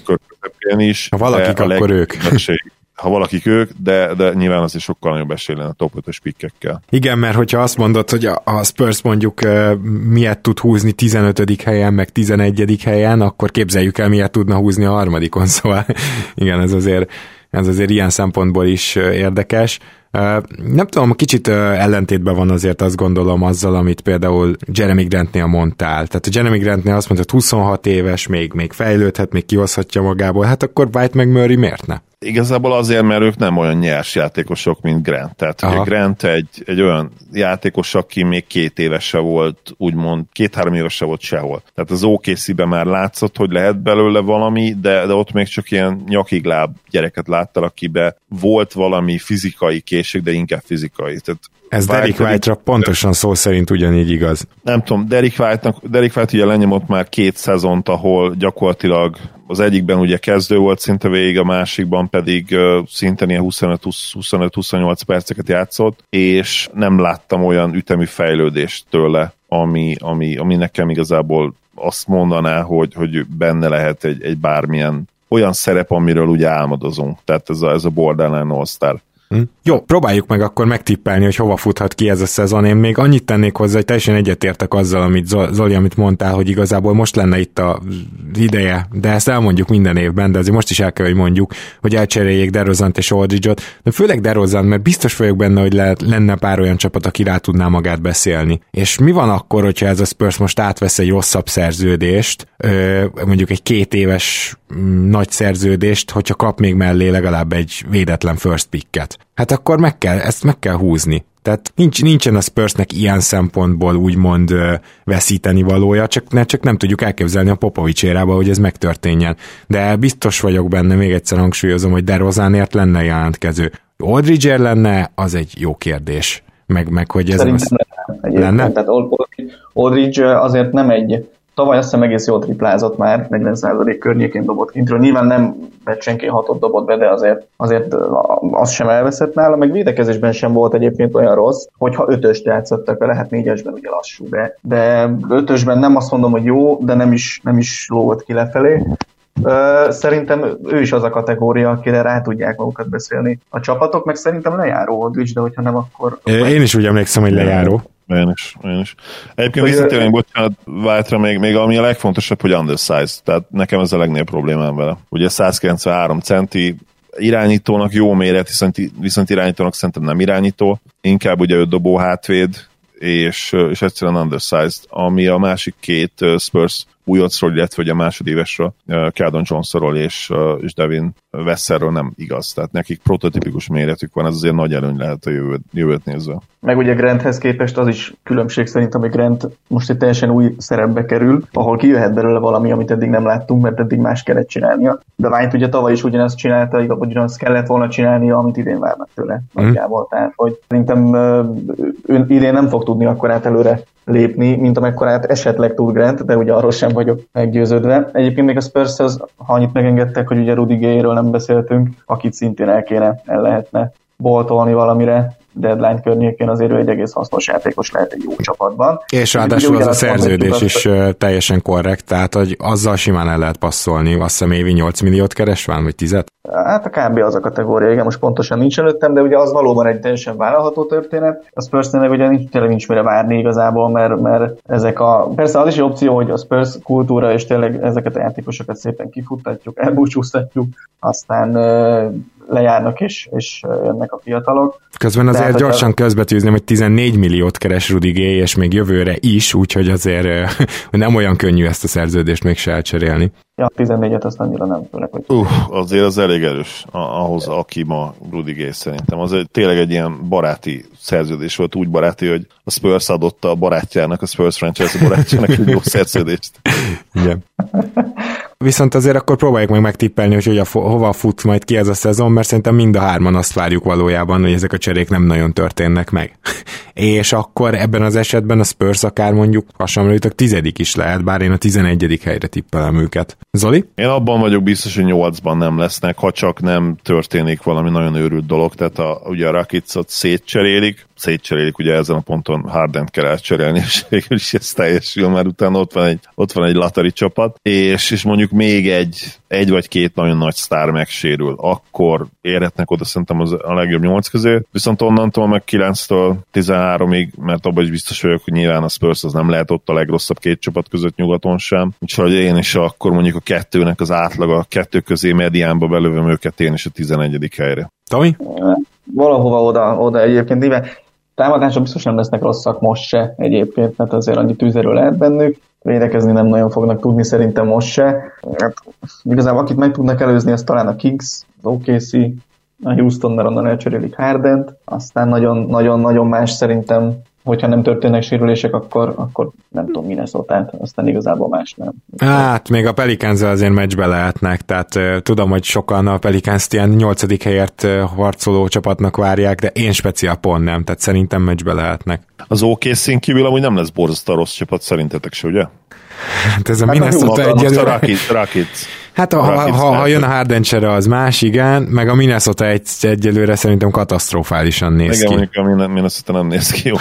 Is. Ha valakik, akkor ők. Esély, ha valakik ők, de, de nyilván azért sokkal nagyobb esély lenne a top ötös pikkekkel. Igen, mert hogyha azt mondod, hogy a, a Spurs mondjuk uh, miért tud húzni tizenötödik helyen, meg tizenegyedik helyen, akkor képzeljük el, miért tudna húzni a harmadikon, szóval igen, ez azért, ez azért ilyen szempontból is uh, érdekes. Uh, nem tudom, kicsit uh, ellentétben van azért azt gondolom azzal, amit például Jeremy Grantnél mondtál. Tehát a Jeremy Grantnél azt mondta, hogy huszonhat éves, még, még fejlődhet, még kihozhatja magából, hát akkor White meg Murray miért ne? Igazából azért, mert ők nem olyan nyers játékosok, mint Grant. Tehát ugye Grant egy, egy olyan játékos, aki még két évese volt, úgymond két-három évese volt sehol. Tehát az o ká cé-ben már látszott, hogy lehet belőle valami, de, de ott még csak ilyen nyakigláb gyereket láttál, akiben volt valami fizikai készség, de inkább fizikai. Tehát ez Derek White-ra pontosan szó szerint ugyanígy igaz. Nem tudom, Derek White-nak, Derek White ugye lenyomott már két szezont, ahol gyakorlatilag az egyikben ugye kezdő volt szinte végig, a másikban pedig uh, szinte ilyen huszonöt-huszonnyolc perceket játszott, és nem láttam olyan ütemű fejlődést tőle, ami, ami, ami nekem igazából azt mondaná, hogy, hogy benne lehet egy, egy bármilyen olyan szerep, amiről ugye álmodozunk. Tehát ez a, ez a borderline all-star. Hm. Jó, próbáljuk meg akkor megtippelni, hogy hova futhat ki ez a szezon. Én még annyit tennék hozzá, hogy teljesen egyetértek azzal, amit Zoli, amit mondtál, hogy igazából most lenne itt az ideje, de ezt elmondjuk minden évben, de azért most is el kell, hogy mondjuk, hogy elcseréljék DeRozant és Aldridge-ot, de főleg DeRozant, mert biztos vagyok benne, hogy le, lenne pár olyan csapat, aki rá tudná magát beszélni. És mi van akkor, hogyha ez a Spurs most átvesz egy rosszabb szerződést, mondjuk egy két éves nagy szerződést, hogyha kap még mellé legalább egy védetlen first picket. Hát akkor meg kell, ezt meg kell húzni. Tehát nincs, nincsen a Spursnek ilyen szempontból úgymond ö, veszíteni valója, csak, ne, csak nem tudjuk elképzelni a Popovics érába, hogy ez megtörténjen. De biztos vagyok benne, még egyszer hangsúlyozom, hogy DeRozanért lenne jelentkező. Aldridge lenne, az egy jó kérdés. Meg, meg hogy ez Szerintem az... lenne. lenne? Tehát Aldridge azért nem egy tavaly azt hiszem egész jól triplázott már, negyven százalék környékén dobott kintről. Nyilván nem meccsenként hatot dobott be, de azért, azért az sem elveszett nála, meg védekezésben sem volt egyébként olyan rossz, hogyha ötöst játszottak vele, hát négyesben ugye lassú, de, de ötösben nem azt mondom, hogy jó, de nem is, nem is lógott ki lefelé. Szerintem ő is az a kategória, akire rá tudják magukat beszélni a csapatok, meg szerintem lejáró Aldridge, de hogyha nem, akkor... Én is úgy emlékszem, hogy lejáró. Én is, én is. Egyébként visszatérni, bocsánat, White-ra még, még ami a legfontosabb, hogy undersize, tehát nekem ez a legnagyobb problémám vele. Ugye százkilencvenhárom centi, irányítónak jó méret, viszont, viszont irányítónak szerintem nem irányító, inkább ugye ő dobó hátvéd, és, és egyszerűen undersized, ami a másik két Spurs újoncról, illetve a másodévesről, Keldon Johnsonról és, és Devin Vassellről nem igaz. Tehát nekik prototipikus méretük van, ez azért nagy előny lehet a jövőt, jövőt nézve. Meg ugye Granthez képest az is különbség szerint, ami Grant most egy teljesen új szerepbe kerül, ahol kijöhet belőle valami, amit eddig nem láttunk, mert eddig más kellett csinálnia. De White ugye tavaly is ugyanazt csinálta, vagy ugyanazt kellett volna csinálnia, amit idén várnak tőle. Mm. Nagyjából. Tehát, hogy szerintem ő idén nem fog tudni akkorát előre lépni, mint amekkorát esetleg tud Grant, de ugye arról sem vagyok meggyőződve. Egyébként még a Spurs-hez, ha annyit megengedtek, hogy ugye Rudy Gayről nem beszéltünk, akit szintén el kéne, el lehetne boltolni valamire, deadline környékén azért ő egy egész hasznos játékos lehet egy jó csapatban. És ráadásul az a szerződés is azt, teljesen korrekt, tehát hogy azzal simán el lehet passzolni, azt hiszem évi nyolc milliót keres van, vagy tíz? Hát a kb. Az a kategória, igen, most pontosan nincs előttem, de ugye az valóban egy teljesen vállalható történet. A Spursnél meg ugye nincs, tényleg nincs mire várni igazából, mert, mert ezek a... Persze az is egy opció, hogy a Spurs kultúra, és tényleg ezeket a játékosokat szépen kifuttatjuk, elbúcsúztatjuk, aztán lejárnak és, és jönnek a fiatalok. Közben azért Tehát, gyorsan a... közbetűzném, hogy tizennégy milliót keres Rudy Gay, és még jövőre is, úgyhogy azért nem olyan könnyű ezt a szerződést még se elcserélni. Ja, tizennégyet azt annyira nem főleg, hogy... Uh, azért az elég erős ahhoz, aki ma Rudy Gay szerintem. Az egy, tényleg egy ilyen baráti szerződés volt, úgy baráti, hogy a Spurs adotta a barátjának, a Spurs franchise barátjának egy jó szerződést. Igen. Viszont azért akkor próbáljuk meg megtippelni, hogy, hogy a, hova fut majd ki ez a szezon, mert szerintem mind a hárman azt várjuk valójában, hogy ezek a cserék nem nagyon történnek meg. És akkor ebben az esetben a Spurs akár mondjuk hasonlítok tizedik is lehet, bár én a tizenegyedik helyre tippelem őket. Zoli? Én abban vagyok biztos, hogy nyolcban nem lesznek, ha csak nem történik valami nagyon őrült dolog, tehát a, ugye a Rakicot szétcserélik, szétcserélik, ugye ezen a ponton Hardent kell elcserélni, és végül is ez teljesül, mert utána ott van egy, ott van egy latari csapat, és, és mondjuk még egy, egy vagy két nagyon nagy sztár megsérül, akkor érhetnek oda szerintem az a legjobb nyolc közé, viszont onnantól meg kilenctől tizenháromig, mert abban is biztos vagyok, hogy nyilván a Spurs az nem lehet ott a legrosszabb két csapat között nyugaton sem, úgyhogy én is akkor mondjuk a kettőnek az átlaga, a kettő közé mediánba belövöm őket én is a tizenegyedik helyre. Tomi? Valahova oda, oda egyébként, de támadások biztos nem lesznek rosszak most se egyébként, mert azért annyi tűzerő lehet bennük. Védekezni nem nagyon fognak tudni szerintem most se. Hát, igazából akit meg tudnak előzni, az talán a Kings, az o ká cé, a Houston, mert onnan elcserélik Hardent, aztán nagyon-nagyon más szerintem, hogyha nem történnek sérülések, akkor, akkor nem tudom, Minnesota-t, aztán igazából más nem. Hát, még a Pelicans azért meccsbe lehetnek, tehát uh, tudom, hogy sokan a Pelicans-t ilyen nyolcadik helyért uh, harcoló csapatnak várják, de én speciál pont nem, tehát szerintem meccsbe lehetnek. Az o ká cé-n kívül amúgy nem lesz borzasztó rossz csapat, szerintetek se, ugye? Hát ez a hát Minnesota egyelőre... Hát ha, ha, ha, ha jön a Harden csere, az más, igen, meg a Minnesota egy, egyelőre szerintem katasztrofálisan néz igen, ki. Igen, mondjuk a Minnesota nem néz ki jó.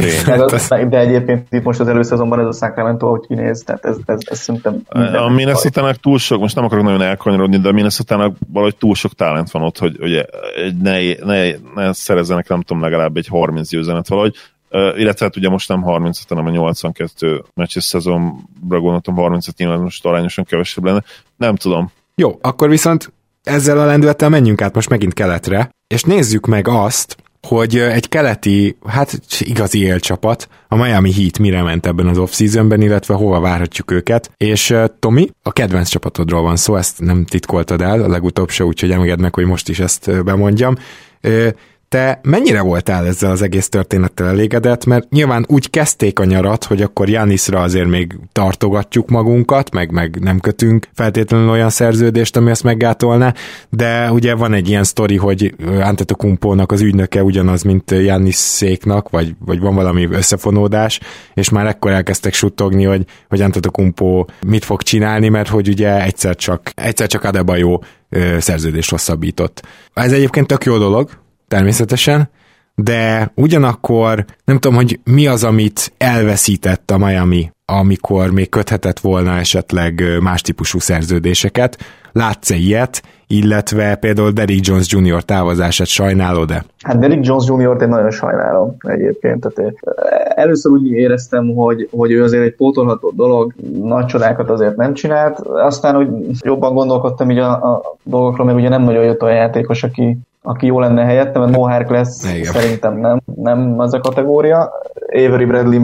de, de egyébként itt most az előszezonban ez a Sacramento, ahogy kinéz, tehát ez, ez, ez szerintem... A Minnesota-nak túl sok, most nem akarok nagyon elkanyarodni, de a Minnesota-nak valahogy túl sok talent van ott, hogy ugye, ne, ne, ne szerezzenek, nem tudom, legalább egy harminc győzelmet valahogy. Uh, illetve hát ugye most nem harminc, hanem a nyolcvankettő meccses szezonra gondoltam, harmincöt nyilván most arányosan kevesebb lenne. Nem tudom. Jó, akkor viszont ezzel a lendülettel menjünk át most megint keletre, és nézzük meg azt, hogy egy keleti, hát igazi élcsapat, a Miami Heat mire ment ebben az off-seasonben, illetve hova várhatjuk őket. És uh, Tomi, a kedvenc csapatodról van szó, ezt nem titkoltad el a legutóbb se, úgyhogy engedd meg, hogy most is ezt bemondjam. Uh, Te mennyire voltál ezzel az egész történettel elégedett, mert nyilván úgy kezdték a nyarat, hogy akkor Giannisra azért még tartogatjuk magunkat, meg, meg nem kötünk feltétlenül olyan szerződést, ami ezt meggátolná, de ugye van egy ilyen sztori, hogy Antetokounmpónak az ügynöke ugyanaz, mint Gianniséknak, vagy, vagy van valami összefonódás, és már ekkor elkezdtek suttogni, hogy, hogy Antetokounmpó mit fog csinálni, mert hogy ugye egyszer csak, egyszer csak Adebayo szerződést hosszabbított. Ez egyébként tök jó dolog, természetesen, de ugyanakkor nem tudom, hogy mi az, amit elveszített a Miami, amikor még köthetett volna esetleg más típusú szerződéseket. Látsz-e ilyet, illetve például Derrick Jones junior távozását sajnálod-e? Hát Derrick Jones juniort én nagyon sajnálom egyébként. Tehát először úgy éreztem, hogy, hogy ő azért egy pótolható dolog, nagy csodákat azért nem csinált, aztán úgy jobban gondolkodtam így a, a dolgokról, mert ugye nem nagyon jött olyan játékos, aki aki jó lenne helyette, mert Mo Harkless szerintem nem, nem az a kategória. Avery Bradley meg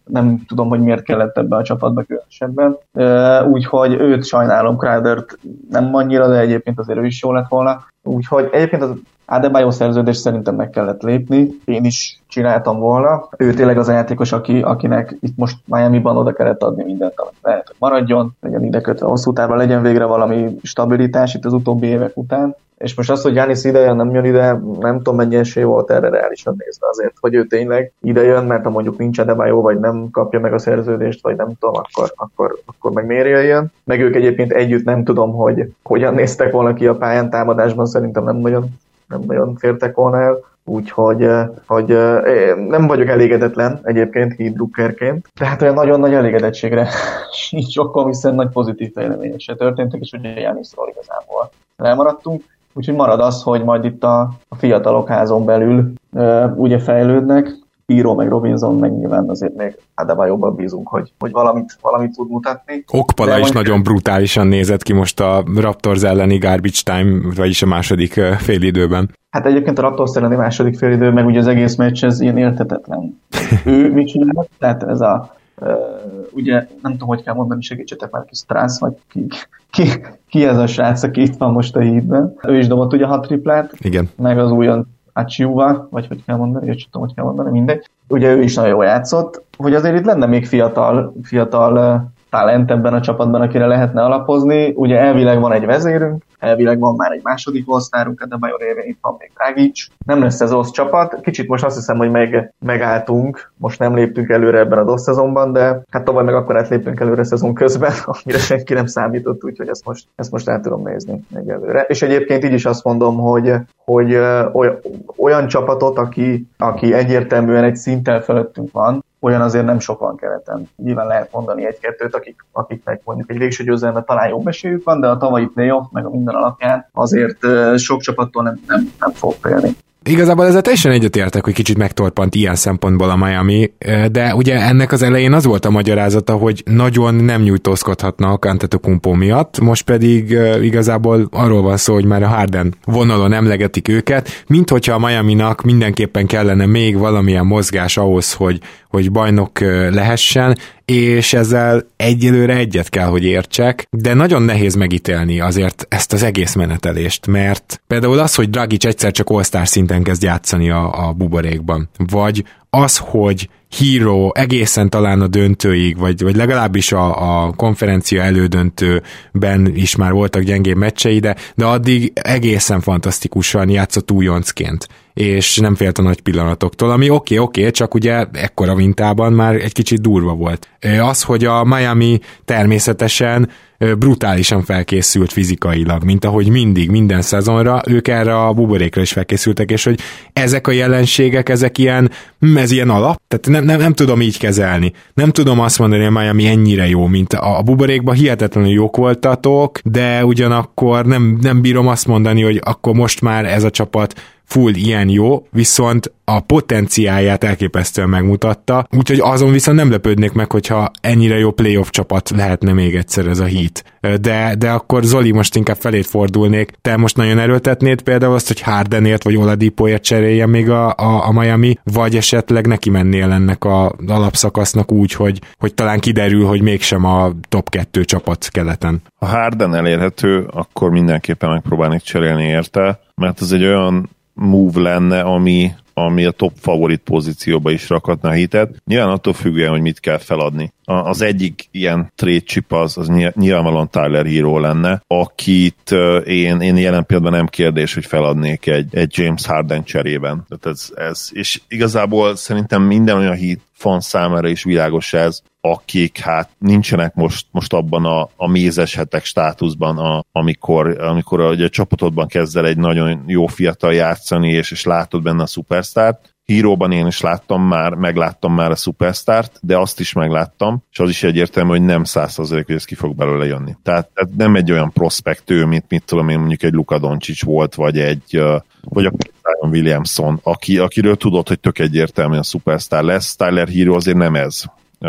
nem tudom, hogy miért kellett ebbe a csapatba különösebben. Úgyhogy őt sajnálom, Crowdert nem annyira, de egyébként azért ő is jó lett volna. Úgyhogy egyébként az Adebayo szerződés szerintem meg kellett lépni, én is csináltam volna. Ő tényleg az a játékos, aki, akinek itt most Miami-ban oda kellett adni mindent, amit lehet, hogy maradjon, legyen ide kötve hosszú távon, legyen végre valami stabilitás itt az utóbbi évek után. És most az, hogy Giannis ide jön, nem jön ide, nem tudom mennyi esély volt erre reálisan nézve azért, hogy ő tényleg ide jön, mert ha mondjuk nincs Adebayo, vagy nem kapja meg a szerződést, vagy nem tudom, akkor, akkor, akkor meg miért jöjjön. Meg ők egyébként együtt nem tudom, hogy hogyan néztek volna ki a pályán, támadásban szerintem nem nagyon, nem nagyon fértek volna el. Úgyhogy hogy nem vagyok elégedetlen egyébként Heat drukkerként, tehát olyan nagyon nagy elégedettségre így sokkal viszont nagy pozitív fejlemények se történtek, és ugye Giannisról igazából elmaradtunk. Úgyhogy marad az, hogy majd itt a, a fiatalok házon belül uh, ugye fejlődnek, Hero meg Robinson, meg nyilván azért még Adebayoban bízunk, hogy, hogy valamit, valamit tud mutatni. Okpala is majd... nagyon brutálisan nézett ki most a Raptors elleni garbage time, vagyis a második uh, félidőben. Hát egyébként a Raptors elleni második félidő, meg ugye az egész meccs, ez ilyen érthetetlen. Ő mit csinál? Tehát ez a Uh, ugye nem tudom, hogy kell mondani, segítsetek már, ki Strass, vagy ki, ki, ki ez a srác, aki itt van most a Heatben. Ő is dobott ugye hat triplát, igen. Meg az újon Achiuwa, vagy hogy kell mondani, vagy tudom, hogy kell mondani, mindegy. Ugye ő is nagyon jól játszott, hogy azért itt lenne még fiatal, fiatal uh, talent ebben a csapatban, akire lehetne alapozni. Ugye elvileg van egy vezérünk, elvileg van már egy második all-sztárunk, de Bajor révén itt van még Dragic. Nem lesz ez rossz csapat. Kicsit most azt hiszem, hogy meg, megálltunk, most nem léptünk előre ebben a dosz szezonban, de hát tavaly meg akkor átléptünk előre szezon közben, amire senki nem számított, úgyhogy ezt most, ezt most el tudom nézni egyelőre. És egyébként így is azt mondom, hogy, hogy olyan, olyan csapatot, aki, aki egyértelműen egy szinttel fölöttünk van, olyan azért nem sok van keleten. Nyilván lehet mondani egy-kettőt, akik, akiknek mondjuk egy végső győzelme talán jobb esélyük van, de a tavalyi playoff meg a minden alapján azért sok csapattól nem, nem, nem fog félni. Igazából ezzel teljesen egyetértek, hogy kicsit megtorpant ilyen szempontból a Miami, de ugye ennek az elején az volt a magyarázata, hogy nagyon nem nyújtózkodhatnak Antetokounmpo miatt, most pedig igazából arról van szó, hogy már a Harden vonalon emlegetik őket, mint hogyha a Miaminak mindenképpen kellene még valamilyen mozgás ahhoz, hogy, hogy bajnok lehessen, és ezzel egyelőre egyet kell, hogy értsek, de nagyon nehéz megítélni azért ezt az egész menetelést, mert például az, hogy Dragic egyszer csak all-star szinten kezd játszani a, a buborékban, vagy az, hogy Hero egészen talán a döntőig, vagy, vagy legalábbis a, a konferencia elődöntőben is már voltak gyengébb meccsei, de, de addig egészen fantasztikusan játszott újoncként, és nem félt a nagy pillanatoktól, ami oké, okay, oké, okay, csak ugye ekkora mintában már egy kicsit durva volt. Az, hogy a Miami természetesen brutálisan felkészült fizikailag, mint ahogy mindig, minden szezonra, ők erre a buborékra is felkészültek, és hogy ezek a jelenségek, ezek ilyen, ez ilyen alap, tehát nem, nem, nem tudom így kezelni. Nem tudom azt mondani, hogy Miami ennyire jó, mint a, a buborékban hihetetlenül jók voltatok, de ugyanakkor nem, nem bírom azt mondani, hogy akkor most már ez a csapat full ilyen jó, viszont a potenciáját elképesztően megmutatta, úgyhogy azon viszont nem lepődnék meg, hogyha ennyire jó playoff csapat lehetne még egyszer ez a Heat. De, de akkor Zoli, most inkább felét fordulnék. Te most nagyon erőltetnéd például azt, hogy Hardenért vagy Oladipoért cseréljen még a, a, a Miami, vagy esetleg neki mennél ennek az alapszakasznak úgy, hogy, hogy talán kiderül, hogy mégsem a top kettő csapat keleten. Ha Harden elérhető, akkor mindenképpen megpróbálnék cserélni érte, mert ez egy olyan move lenne, ami, ami a top favorit pozícióba is rakhatna a Heatet. Nyilván attól függően, hogy mit kell feladni. Az egyik ilyen trade chip az, az nyilvánvalóan Tyler Hero lenne, akit én, én jelen pillanatban nem kérdés, hogy feladnék egy, egy James Harden cserében. Tehát ez, ez, és igazából szerintem minden olyan Heat fan számára is világos ez, akik hát nincsenek most, most abban a, a mézeshetek státuszban, a, amikor, amikor a, a csapatodban kezd el egy nagyon jó fiatal játszani, és, és látod benne a szupersztárt. Híróban én is láttam már, megláttam már a szupersztárt, de azt is megláttam, és az is egyértelmű, hogy nem száz százalék, hogy ez ki fog belőle jönni. Tehát, tehát nem egy olyan prospektő, mint mit tudom én, mondjuk egy Luka Doncic volt, vagy egy vagy a Zion Williamson, aki, akiről tudod, hogy tök egyértelműen a szupersztár lesz. Tyler Hero azért nem ez.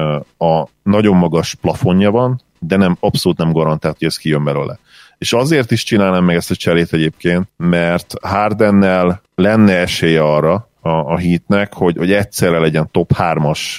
A nagyon magas plafonja van, de nem, abszolút nem garantált, hogy ez kijön belőle. És azért is csinálnám meg ezt a cserét egyébként, mert Hardennel lenne esélye arra a, a Heatnek, hogy, hogy egyszerre legyen top hármas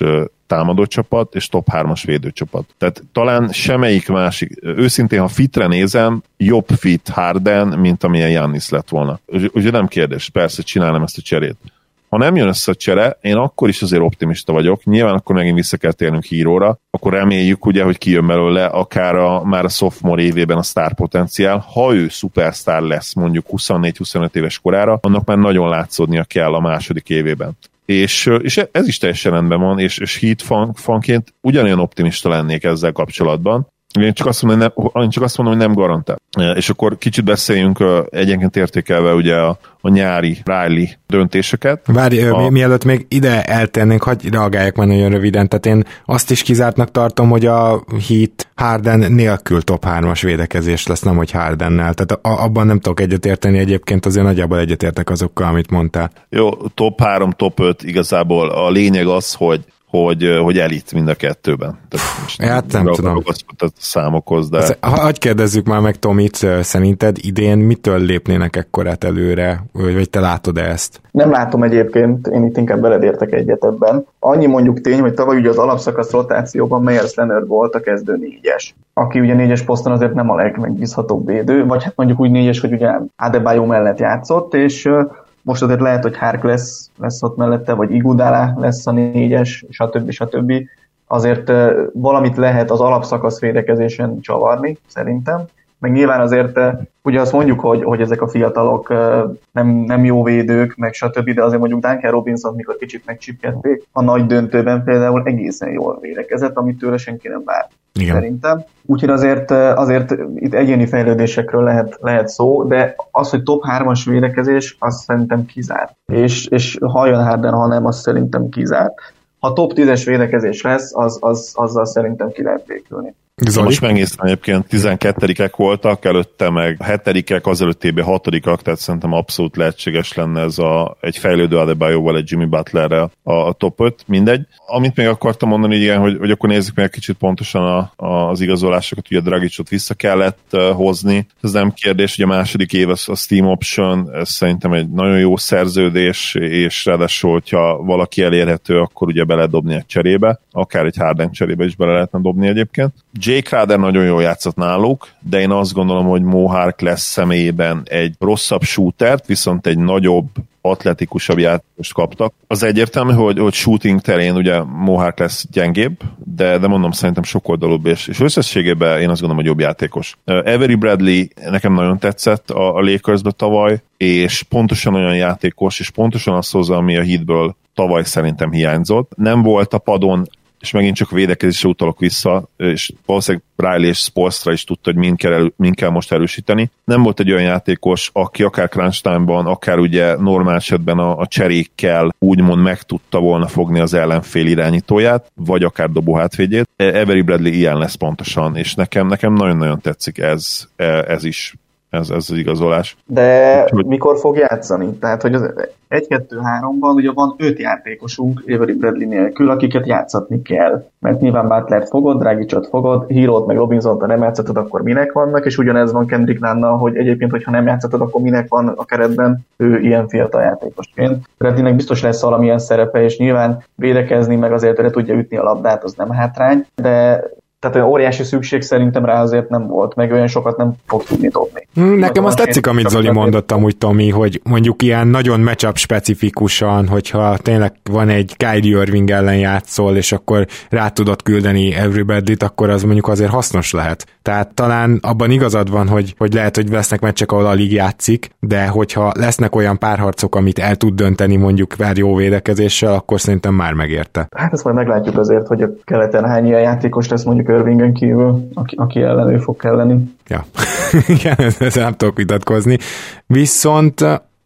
támadó csapat, és top hármas védőcsapat. Tehát talán semmelyik másik, őszintén, ha fitre nézem, jobb fit Harden, mint amilyen Giannis lett volna. Ugye nem kérdés, persze csinálom ezt a cserét. Ha nem jön össze a csere, én akkor is azért optimista vagyok. Nyilván akkor megint vissza kell térnünk Híróra, akkor reméljük ugye, hogy kijön belőle akár a, már a sophomore évében a sztárpotenciál. Ha ő szupersztár lesz mondjuk huszonnégy-huszonöt éves korára, annak már nagyon látszódnia kell a második évében. És, és ez is teljesen rendben van, és, és Heat fan, fanként ugyanolyan optimista lennék ezzel kapcsolatban. Én csak azt mondom, hogy nem, csak azt mondom, hogy nem garantál. És akkor kicsit beszéljünk egyenként értékelve ugye a, a nyári Riley döntéseket. Várj, a... mi, mielőtt még ide eltennénk, hagyj reagáljak már nagyon röviden, tehát én azt is kizártnak tartom, hogy a Heat Harden nélkül top hármas védekezés lesz, nem hogy Hardennel. Tehát a, abban nem tudok egyetérteni, egyébként azért nagyjából egyetértek azokkal, amit mondtál. Jó, top három, top öt igazából a lényeg az, hogy hogy, hogy elit mind a kettőben. Tehát hát nem, nem tudom. A számokhoz, de... Hagyj kérdezzük már meg Tomit, szerinted idén mitől lépnének ekkorát előre, vagy te látod ezt? Nem látom egyébként, én itt inkább beledértek egyet ebben. Annyi mondjuk tény, hogy tavaly ugye az alapszakasz rotációban Meyers Leonard volt a kezdő négyes, aki ugye négyes poszton azért nem a legmegbízhatóbb védő, vagy hát mondjuk úgy négyes, hogy ugye Adebayo mellett játszott, és most azért lehet, hogy Hark lesz, lesz ott mellette, vagy Iguodala lesz a négyes, stb. stb. Azért uh, valamit lehet az alapszakasz védekezésen csavarni, szerintem. Meg nyilván azért, uh, ugye azt mondjuk, hogy, hogy ezek a fiatalok uh, nem, nem jó védők, meg stb., de azért mondjuk Duncan Robinson, mikor kicsit megcsipkedték, a nagy döntőben például egészen jól védekezett, amit tőle senki nem vár. Igen. Szerintem. Úgyhogy azért, azért itt egyéni fejlődésekről lehet, lehet szó, de az, hogy top hármas védekezés, az szerintem kizárt. És, és ha jön Harden, ha nem, az szerintem kizárt. Ha top tízes védekezés lesz, az, az, azzal szerintem ki lehet vékülni. Zoli? Most megnéztem egyébként, tizenkettedikek voltak, előtte meg hetedikek, azelőttében hatodikak, tehát szerintem abszolút lehetséges lenne ez a, egy fejlődő Adebayoval, egy Jimmy Butlerrel a, a top öt, mindegy. Amit még akartam mondani, igen, hogy, hogy akkor nézzük meg kicsit pontosan a, a, az igazolásokat, ugye a Dragicot vissza kellett uh, hozni. Ez nem kérdés, hogy a második év az a Steam Option, ez szerintem egy nagyon jó szerződés, és ráadásul, hogyha valaki elérhető, akkor ugye be lehet dobni egy cserébe, akár egy Harden cserébe is bele lehetne dobni egyébként. Jay Crowder nagyon jól játszott náluk, de én azt gondolom, hogy Mo Hark lesz személyében egy rosszabb shootert, viszont egy nagyobb, atletikusabb játékost kaptak. Az egyértelmű, hogy, hogy shooting terén ugye Mo Hark lesz gyengébb, de, de mondom, szerintem sokoldalúbb, és, és összességében én azt gondolom, hogy jobb játékos. Uh, Avery Bradley nekem nagyon tetszett a, a Lakersbe tavaly, és pontosan olyan játékos, és pontosan azt hozza, ami a Heatből tavaly szerintem hiányzott. Nem volt a padon, és megint csak a védekezésre utalok vissza, és valószínűleg Riley és Spoelstra is tudta, hogy mind kell, elő, mind kell most erősíteni. Nem volt egy olyan játékos, aki akár crunch time-ban, akár ugye normál esetben a, a cserékkel úgymond meg tudta volna fogni az ellenfél irányítóját, vagy akár dobó hátvédjét. Avery Bradley ilyen lesz pontosan, és nekem, nekem nagyon-nagyon tetszik ez, ez is. Ez, ez az igazolás. De Úgy, mikor fog játszani? Tehát, hogy az egy-kettő-háromban ugye van öt játékosunk Avery Bradley nélkül, akiket játszatni kell. Mert nyilván Butlert fogod, Dragicot fogod, Hero-t meg Robinsont, ha nem játszatod, akkor minek vannak, és ugyanez van Kendrick Nunn-nal, hogy egyébként, hogyha nem játszatod, akkor minek van a keretben ő ilyen fiatal játékosként. Bradleynek biztos lesz valamilyen szerepe, és nyilván védekezni, meg azért le tudja ütni a labdát, az nem hátrány, de tehát olyan óriási szükség szerintem rá azért nem volt, meg olyan sokat nem fog tudni dobni. Nekem azt tetszik, amit Zoli mondott amúgy, Tomi, hogy mondjuk ilyen nagyon matchup specifikusan, hogyha tényleg van egy Kyrie Irving ellen játszol, és akkor rá tudod küldeni Everybody-t, akkor az mondjuk azért hasznos lehet. Tehát talán abban igazad van, hogy, hogy lehet, hogy lesznek meccsek, ahol alig játszik, de hogyha lesznek olyan párharcok, amit el tud dönteni mondjuk vár jó védekezéssel, akkor szerintem már megérte. Hát ezt majd meglátjuk azért, hogy a keleten hány ilyen játékos lesz mondjuk Irvingen kívül, aki, aki ellen ő fog kelleni. Ja, igen, ezzel nem tudok vitatkozni. Viszont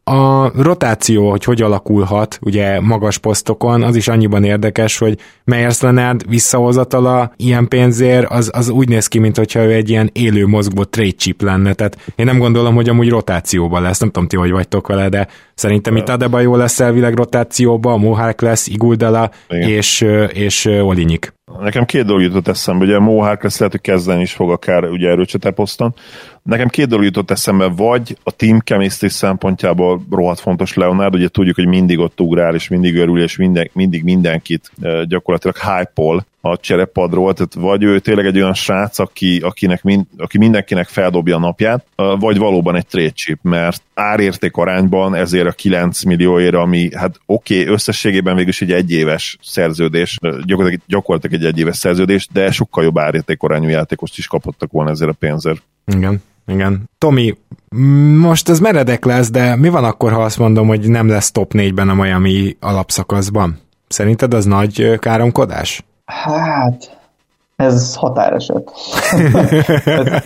a rotáció, hogy hogy alakulhat, ugye magas posztokon, az is annyiban érdekes, hogy Meyers Leonard visszahozatala ilyen pénzért, az, az úgy néz ki, mintha ő egy ilyen élő mozgó trade chip lenne, tehát én nem gondolom, hogy amúgy rotációban lesz, nem tudom ti, hogy vagytok vele, de szerintem itt Adebayo lesz elvileg rotációban, Mo Hark lesz, Iguodala és, és Olynyk. Nekem két dolog jutott eszembe, ugye Mo Hark lesz lehet, hogy kezdeni is fog akár ugye erőcsatár poszton, Nekem két dolog jutott eszembe, vagy a team chemistry szempontjából rohadt fontos Leonard, ugye tudjuk, hogy mindig ott ugrál, és mindig örül, és minden, mindig mindenkit gyakorlatilag hype-ol a cserepadról, tehát vagy ő tényleg egy olyan srác, aki, akinek mind, aki mindenkinek feldobja a napját, vagy valóban egy trade chip, mert árérték arányban ezért a kilenc millióért, ami hát oké, okay, összességében végülis egy egyéves szerződés, gyakorlatilag, gyakorlatilag egy egyéves szerződés, de sokkal jobb árérték arányú játékost is kapottak volna ezért a pénzért. Igen. Igen. Tomi, most ez meredek lesz, de mi van akkor, ha azt mondom, hogy nem lesz top négyben a Miami alapszakaszban? Szerinted az nagy káromkodás? Hát, ez határeset. ez,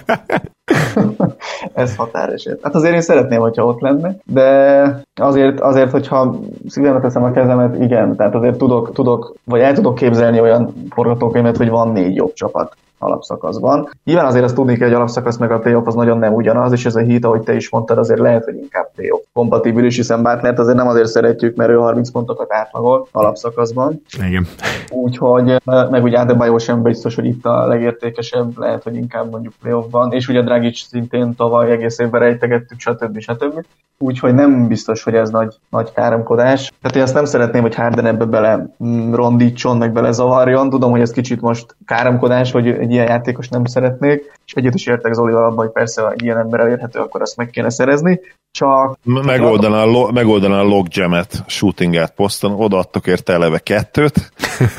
ez határeset. Hát azért én szeretném, hogyha ott lenne, de azért, azért hogyha szívemre teszem a kezemet, igen, tehát azért tudok, tudok, vagy el tudok képzelni olyan forgatókönyvet, hogy van négy jobb csapat alapszakaszban. Nyilván azért azt tudni kell, hogy alapszakasz meg a playoff az nagyon nem ugyanaz, és ez a Heat, ahogy te is mondtad, azért lehet, hogy inkább playoff kompatibilis, hiszen Butlert azért nem azért szeretjük, mert ő harminc pontokat átlagol alapszakaszban. Igen. Úgyhogy, meg ugye Adebayo sem biztos, hogy itt a legértékesebb, lehet, hogy inkább mondjuk playoffban, és ugye Dragic szintén tavaly egész évben rejtegettük, stb. stb. Úgyhogy nem biztos, hogy ez nagy, nagy káromkodás. Tehát én azt nem szeretném, hogy Harden ebbe bele rondítson, meg bele zavarjon. Tudom, hogy ez kicsit most káromkodás, hogy egy ilyen játékos nem szeretnék, és egyet is értek Zolival abban, hogy persze, ha egy ilyen ember elérhető, akkor azt meg kéne szerezni. Csak... Megoldaná a, lo- megoldaná a logjam-et, shooting-et poszton, odaadtok érte eleve kettőt,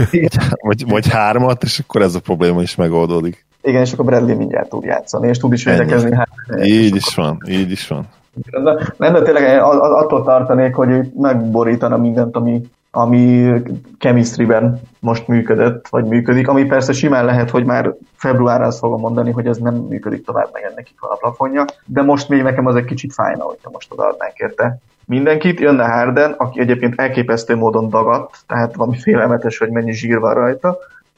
vagy, vagy hármat, és akkor ez a probléma is megoldódik. Igen, és akkor Bradley mindjárt tud játszani, és tud is védekezni. Hát, így is van, így is van. Nem, de tényleg attól tartanék, hogy megborítana mindent, ami, ami chemistry-ben most működött, vagy működik, ami persze simán lehet, hogy már februárra azt fogom mondani, hogy ez nem működik tovább, meg ennek itt van a plafonja, de most még nekem az egy kicsit fájna, hogyha most odaadnánk érte mindenkit. Jönne Harden, aki egyébként elképesztő módon dagadt, tehát valami félelmetes, hogy mennyi zsír van rajta,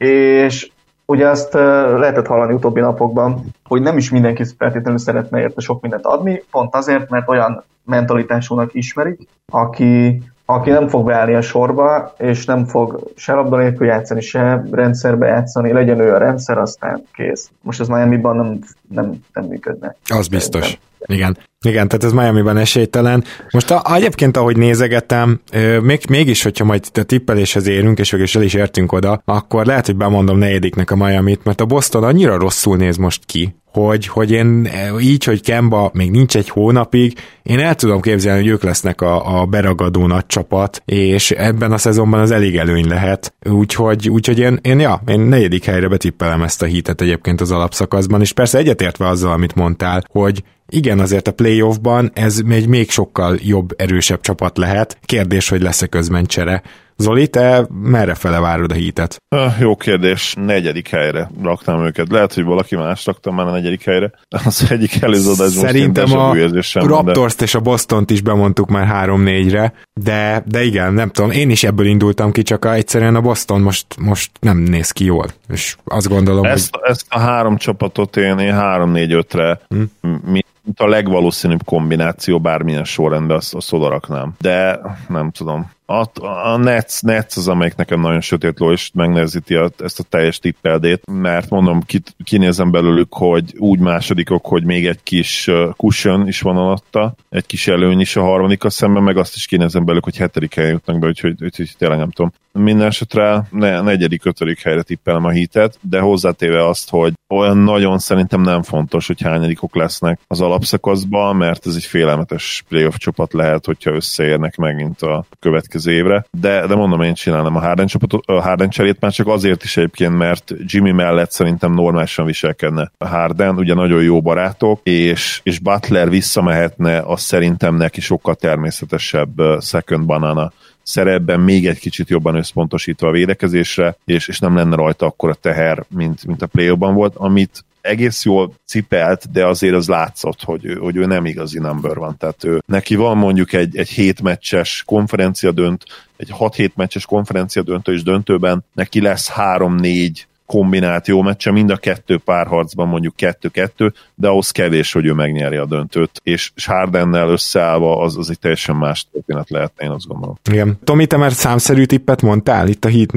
és ugye azt lehetett hallani utóbbi napokban, hogy nem is mindenki feltétlenül szeretne érte sok mindent adni, pont azért, mert olyan mentalitásúnak ismerik, aki, aki nem fog beállni a sorba, és nem fog se labda nélkül játszani, se rendszerbe játszani, legyen ő a rendszer, aztán kész. Most ez Miamiban nem, nem, nem működne. Az biztos. Szerintem. Igen. Igen, tehát ez Miamiban esélytelen. Most a, egyébként, ahogy nézegetem, még, mégis, hogyha majd a tippeléshez érünk, és végül el is értünk oda, akkor lehet, hogy bemondom negyediknek a Miamit, mert a Boston annyira rosszul néz most ki, hogy, hogy én így, hogy Kemba még nincs egy hónapig, én el tudom képzelni, hogy ők lesznek a, a beragadó nagy csapat, és ebben a szezonban az elég előny lehet. Úgyhogy, úgyhogy én, én, ja, én negyedik helyre betippelem ezt a Heatet egyébként az alapszakaszban, és persze egyetértve azzal, amit mondtál, hogy igen, azért a playoffban ez egy még sokkal jobb, erősebb csapat lehet. Kérdés, hogy lesz-e közben csere. Zoli, te merre fele várod a Heatet? Jó kérdés, negyedik helyre raktam őket. Lehet, hogy valaki más raktam már a negyedik helyre. Az egyik előző adás most szerintem a Raptors-t de... és a Bostont is bemondtuk már három-négyre, de, de igen, nem tudom, én is ebből indultam ki, csak egyszerűen a Boston most, most nem néz ki jól, és azt gondolom, ezt, hogy... Ezt a három csapatot én, én három-négy-ötre hm? mi a legvalószínűbb kombináció bármilyen sorrendben, azt, azt oda raknám. De nem tudom. A, a Nets, Nets az, amelyik nekem nagyon sötét ló, és megnehezíti a, ezt a teljes tippeldét, mert mondom, kit, kinézem belőlük, hogy úgy másodikok, hogy még egy kis cushion is van alatta, egy kis előny is a harmadika szemben, meg azt is kinézem belőlük, hogy hetedik helyen jutnak be, úgyhogy, úgyhogy tényleg nem tudom. Minden esetre ne, negyedik, ötödik helyre tippelem a Heatet, de hozzátéve azt, hogy olyan nagyon szerintem nem fontos, hogy hányadikok lesznek az alapszakaszban, mert ez egy félelmetes playoff csapat lehet, hogyha összeérnek megint a következő évre. De, de mondom, én csinálnám a Harden csapatot, a Harden cserét már csak azért is egyébként, mert Jimmy mellett szerintem normálisan viselkedne a Harden, ugye nagyon jó barátok, és, és Butler visszamehetne, az szerintem neki sokkal természetesebb second banana szerepben, még egy kicsit jobban összpontosítva a védekezésre, és, és nem lenne rajta akkora teher, mint, mint a play-ban volt, amit egész jól cipelt, de azért az látszott, hogy ő, hogy ő nem igazi number van. Tehát ő, neki van mondjuk egy, egy hét meccses konferencia dönt, egy hat-hét meccses konferencia döntő és döntőben neki lesz három-négy kombinált jó meccse, mind a kettő párharcban mondjuk kettő-kettő, de ahhoz kevés, hogy ő megnyeri a döntőt, és Hardennel összeállva az, az egy teljesen más történet lehetne, én azt gondolom. Igen. Tomi, te már számszerű tippet mondtál itt a Heatnél?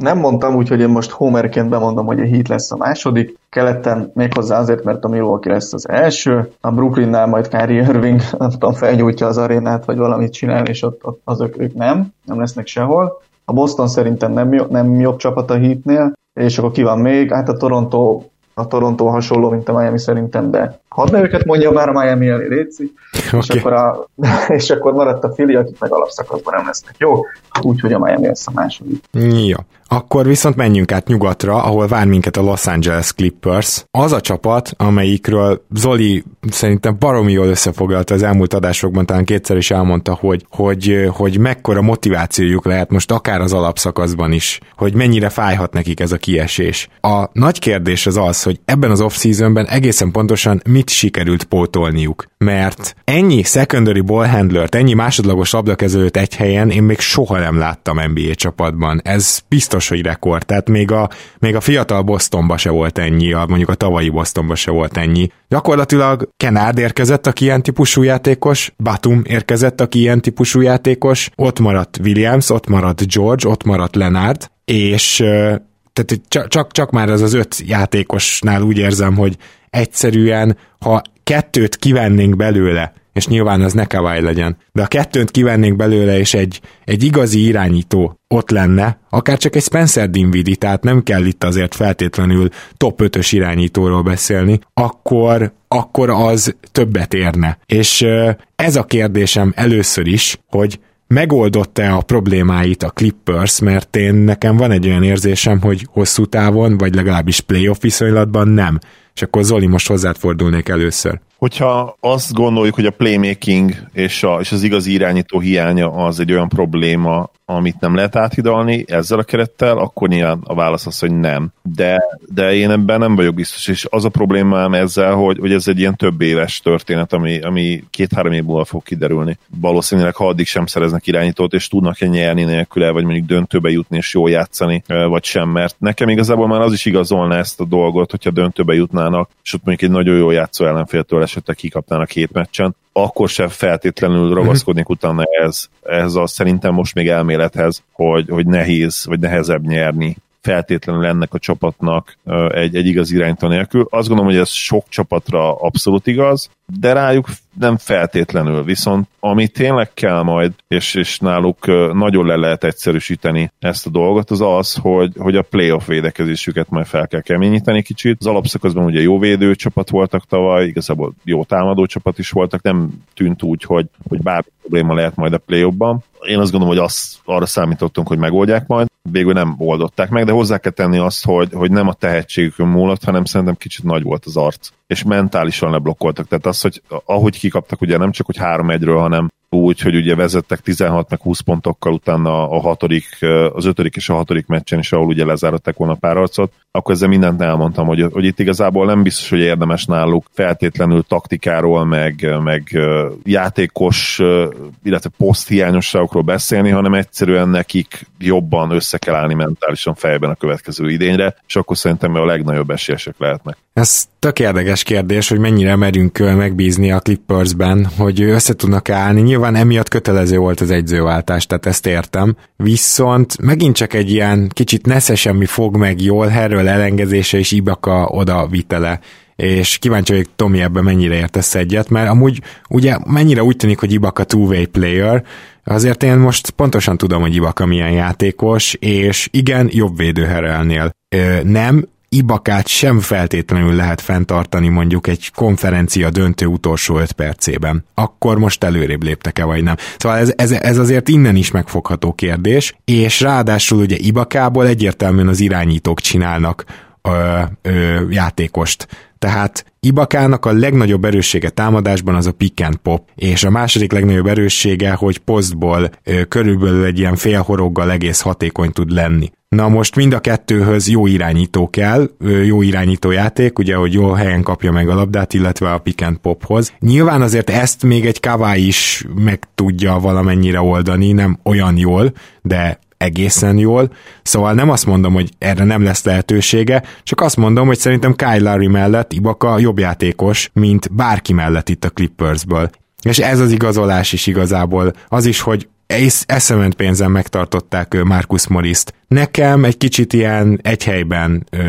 Nem mondtam úgy, hogy én most homerként bemondom, hogy a Heat lesz a második, keleten méghozzá azért, mert a Milwaukee lesz az első, a Brooklynnál majd Kyrie Irving, nem tudom, felnyújtja az arénát, vagy valamit csinál, és ott, ott azok ők nem, nem lesznek sehol. A Boston szerintem nem, jobb, nem jobb csapat a Heatnél, és akkor ki van még? Hát a Toronto, a Toronto hasonló, mint a Miami szerintem, de hadd ne őket mondja már a Miami elé, létszik. Okay. És, akkor a, és akkor maradt a Philly, akik meg alapszakaszban nem lesznek jó, úgyhogy a Miami lesz a második. Jó. Akkor viszont menjünk át nyugatra, ahol vár minket a Los Angeles Clippers. Az a csapat, amelyikről Zoli szerintem baromi jól összefoglalta az elmúlt adásokban, talán kétszer is elmondta, hogy, hogy, hogy mekkora motivációjuk lehet most akár az alapszakaszban is, hogy mennyire fájhat nekik ez a kiesés. A nagy kérdés az az, hogy ebben az off-seasonben egészen pontosan mit sikerült pótolniuk, mert ennyi secondary ball handlert, ennyi másodlagos labdakezelőt egy helyen én még soha nem láttam en bé á csapatban. Ez biztos, hogy rekord. Tehát még a, még a fiatal Bostonba se volt ennyi, a, mondjuk a tavalyi Bostonba se volt ennyi. Gyakorlatilag Kennard érkezett, aki ilyen típusú játékos, Batum érkezett, aki ilyen típusú játékos, ott maradt Williams, ott maradt George, ott maradt Leonard, és tehát csak, csak, csak már ez az öt játékosnál úgy érzem, hogy egyszerűen, ha kettőt kivennénk belőle, és nyilván az ne Kawhi legyen, de a kettőt kivennénk belőle, és egy, egy igazi irányító ott lenne, akár csak egy Spencer Dinwiddie, tehát nem kell itt azért feltétlenül top ötös irányítóról beszélni, akkor, akkor az többet érne. És ez a kérdésem először is, hogy megoldotta a problémáit a Clippers, mert én nekem van egy olyan érzésem, hogy hosszú távon, vagy legalábbis playoff viszonylatban nem. És akkor Zoli, most hozzád fordulnék először. Hogyha azt gondoljuk, hogy a playmaking és, a, és az igazi irányító hiánya az egy olyan probléma, amit nem lehet áthidalni ezzel a kerettel, akkor nyilván a válasz az, hogy nem. De, de én ebben nem vagyok biztos, és az a problémám ezzel, hogy, hogy ez egy ilyen több éves történet, ami, ami két-három év múlva fog kiderülni. Valószínűleg, ha addig sem szereznek irányítót, és tudnak-e nyerni nélküle, vagy mondjuk döntőbe jutni, és jól játszani, vagy sem, mert nekem igazából már az is igazolna ezt a dolgot, hogyha döntőbe jutnának, és ott mondjuk egy nagyon jól játszó ellenféltől esetleg kikapnának két meccsen, akkor sem feltétlenül ragaszkodnék mm-hmm. utána ehhez, ehhez a szerintem most még elmélethez, hogy, hogy nehéz, vagy nehezebb nyerni feltétlenül ennek a csapatnak egy, egy igaz irányító nélkül. Azt gondolom, hogy ez sok csapatra abszolút igaz, de rájuk nem feltétlenül, viszont ami tényleg kell majd, és, és náluk nagyon le lehet egyszerűsíteni ezt a dolgot, az az, hogy, hogy a playoff védekezésüket majd fel kell keményíteni kicsit. Az alapszakaszban ugye jó védő csapat voltak tavaly, igazából jó támadó csapat is voltak, nem tűnt úgy, hogy, hogy bármi probléma lehet majd a playoffban. Én azt gondolom, hogy azt, arra számítottunk, hogy megoldják majd, végül nem oldották meg, de hozzá kell tenni azt, hogy, hogy nem a tehetségükön múlott, hanem szerintem kicsit nagy volt az arc, és mentálisan leblokkoltak. Tehát az, hogy ahogy kikaptak, ugye nem csak hogy három egyről, hanem úgy, hogy ugye vezettek tizenhat meg húsz pontokkal, utána a hatodik, az ötödik és a hatodik meccsen is, ahol ugye lezáratták volna a párharcot, akkor ezzel mindent elmondtam, hogy, hogy itt igazából nem biztos, hogy érdemes náluk feltétlenül taktikáról, meg, meg játékos, illetve poszthiányosságokról beszélni, hanem egyszerűen nekik jobban össze kell állni mentálisan fejben a következő idényre, és akkor szerintem a legnagyobb esélyesek lehetnek. Ez tök érdekes kérdés, hogy mennyire merünk megbízni a Clippersben, hogy össze tudnak állni. Nyilván emiatt kötelező volt az egyzőváltás, tehát ezt értem. Viszont megint csak egy ilyen kicsit nesze semmi fog meg jól, Harrell elengedése és Ibaka oda vitele. És kíváncsi vagyok, Tomi, ebben mennyire értesz egyet, mert amúgy ugye mennyire úgy tűnik, hogy Ibaka two-way player, azért én most pontosan tudom, hogy Ibaka milyen játékos, és igen, jobb védő Harrellnél. Nem, Ibakát sem feltétlenül lehet fenntartani mondjuk egy konferencia döntő utolsó öt percében. Akkor most előrébb léptek-e, vagy nem? Szóval ez, ez, ez azért innen is megfogható kérdés, és ráadásul ugye Ibakából egyértelműen az irányítók csinálnak ö, ö, játékost. Tehát Ibakának a legnagyobb erőssége támadásban az a pick and pop, és a második legnagyobb erőssége, hogy posztból ö, körülbelül egy ilyen félhoroggal egész hatékony tud lenni. Na most mind a kettőhöz jó irányító kell, jó irányító játék, ugye, hogy jó helyen kapja meg a labdát, illetve a pick and pophoz. Nyilván azért ezt még egy Kawhi is meg tudja valamennyire oldani, nem olyan jól, de egészen jól. Szóval nem azt mondom, hogy erre nem lesz lehetősége, csak azt mondom, hogy szerintem Kyle Lowry mellett Ibaka jobb játékos, mint bárki mellett itt a Clippersből. És ez az igazolás is igazából az is, hogy eszement pénzen megtartották Marcus Morrist. Nekem egy kicsit ilyen egy helyben ö,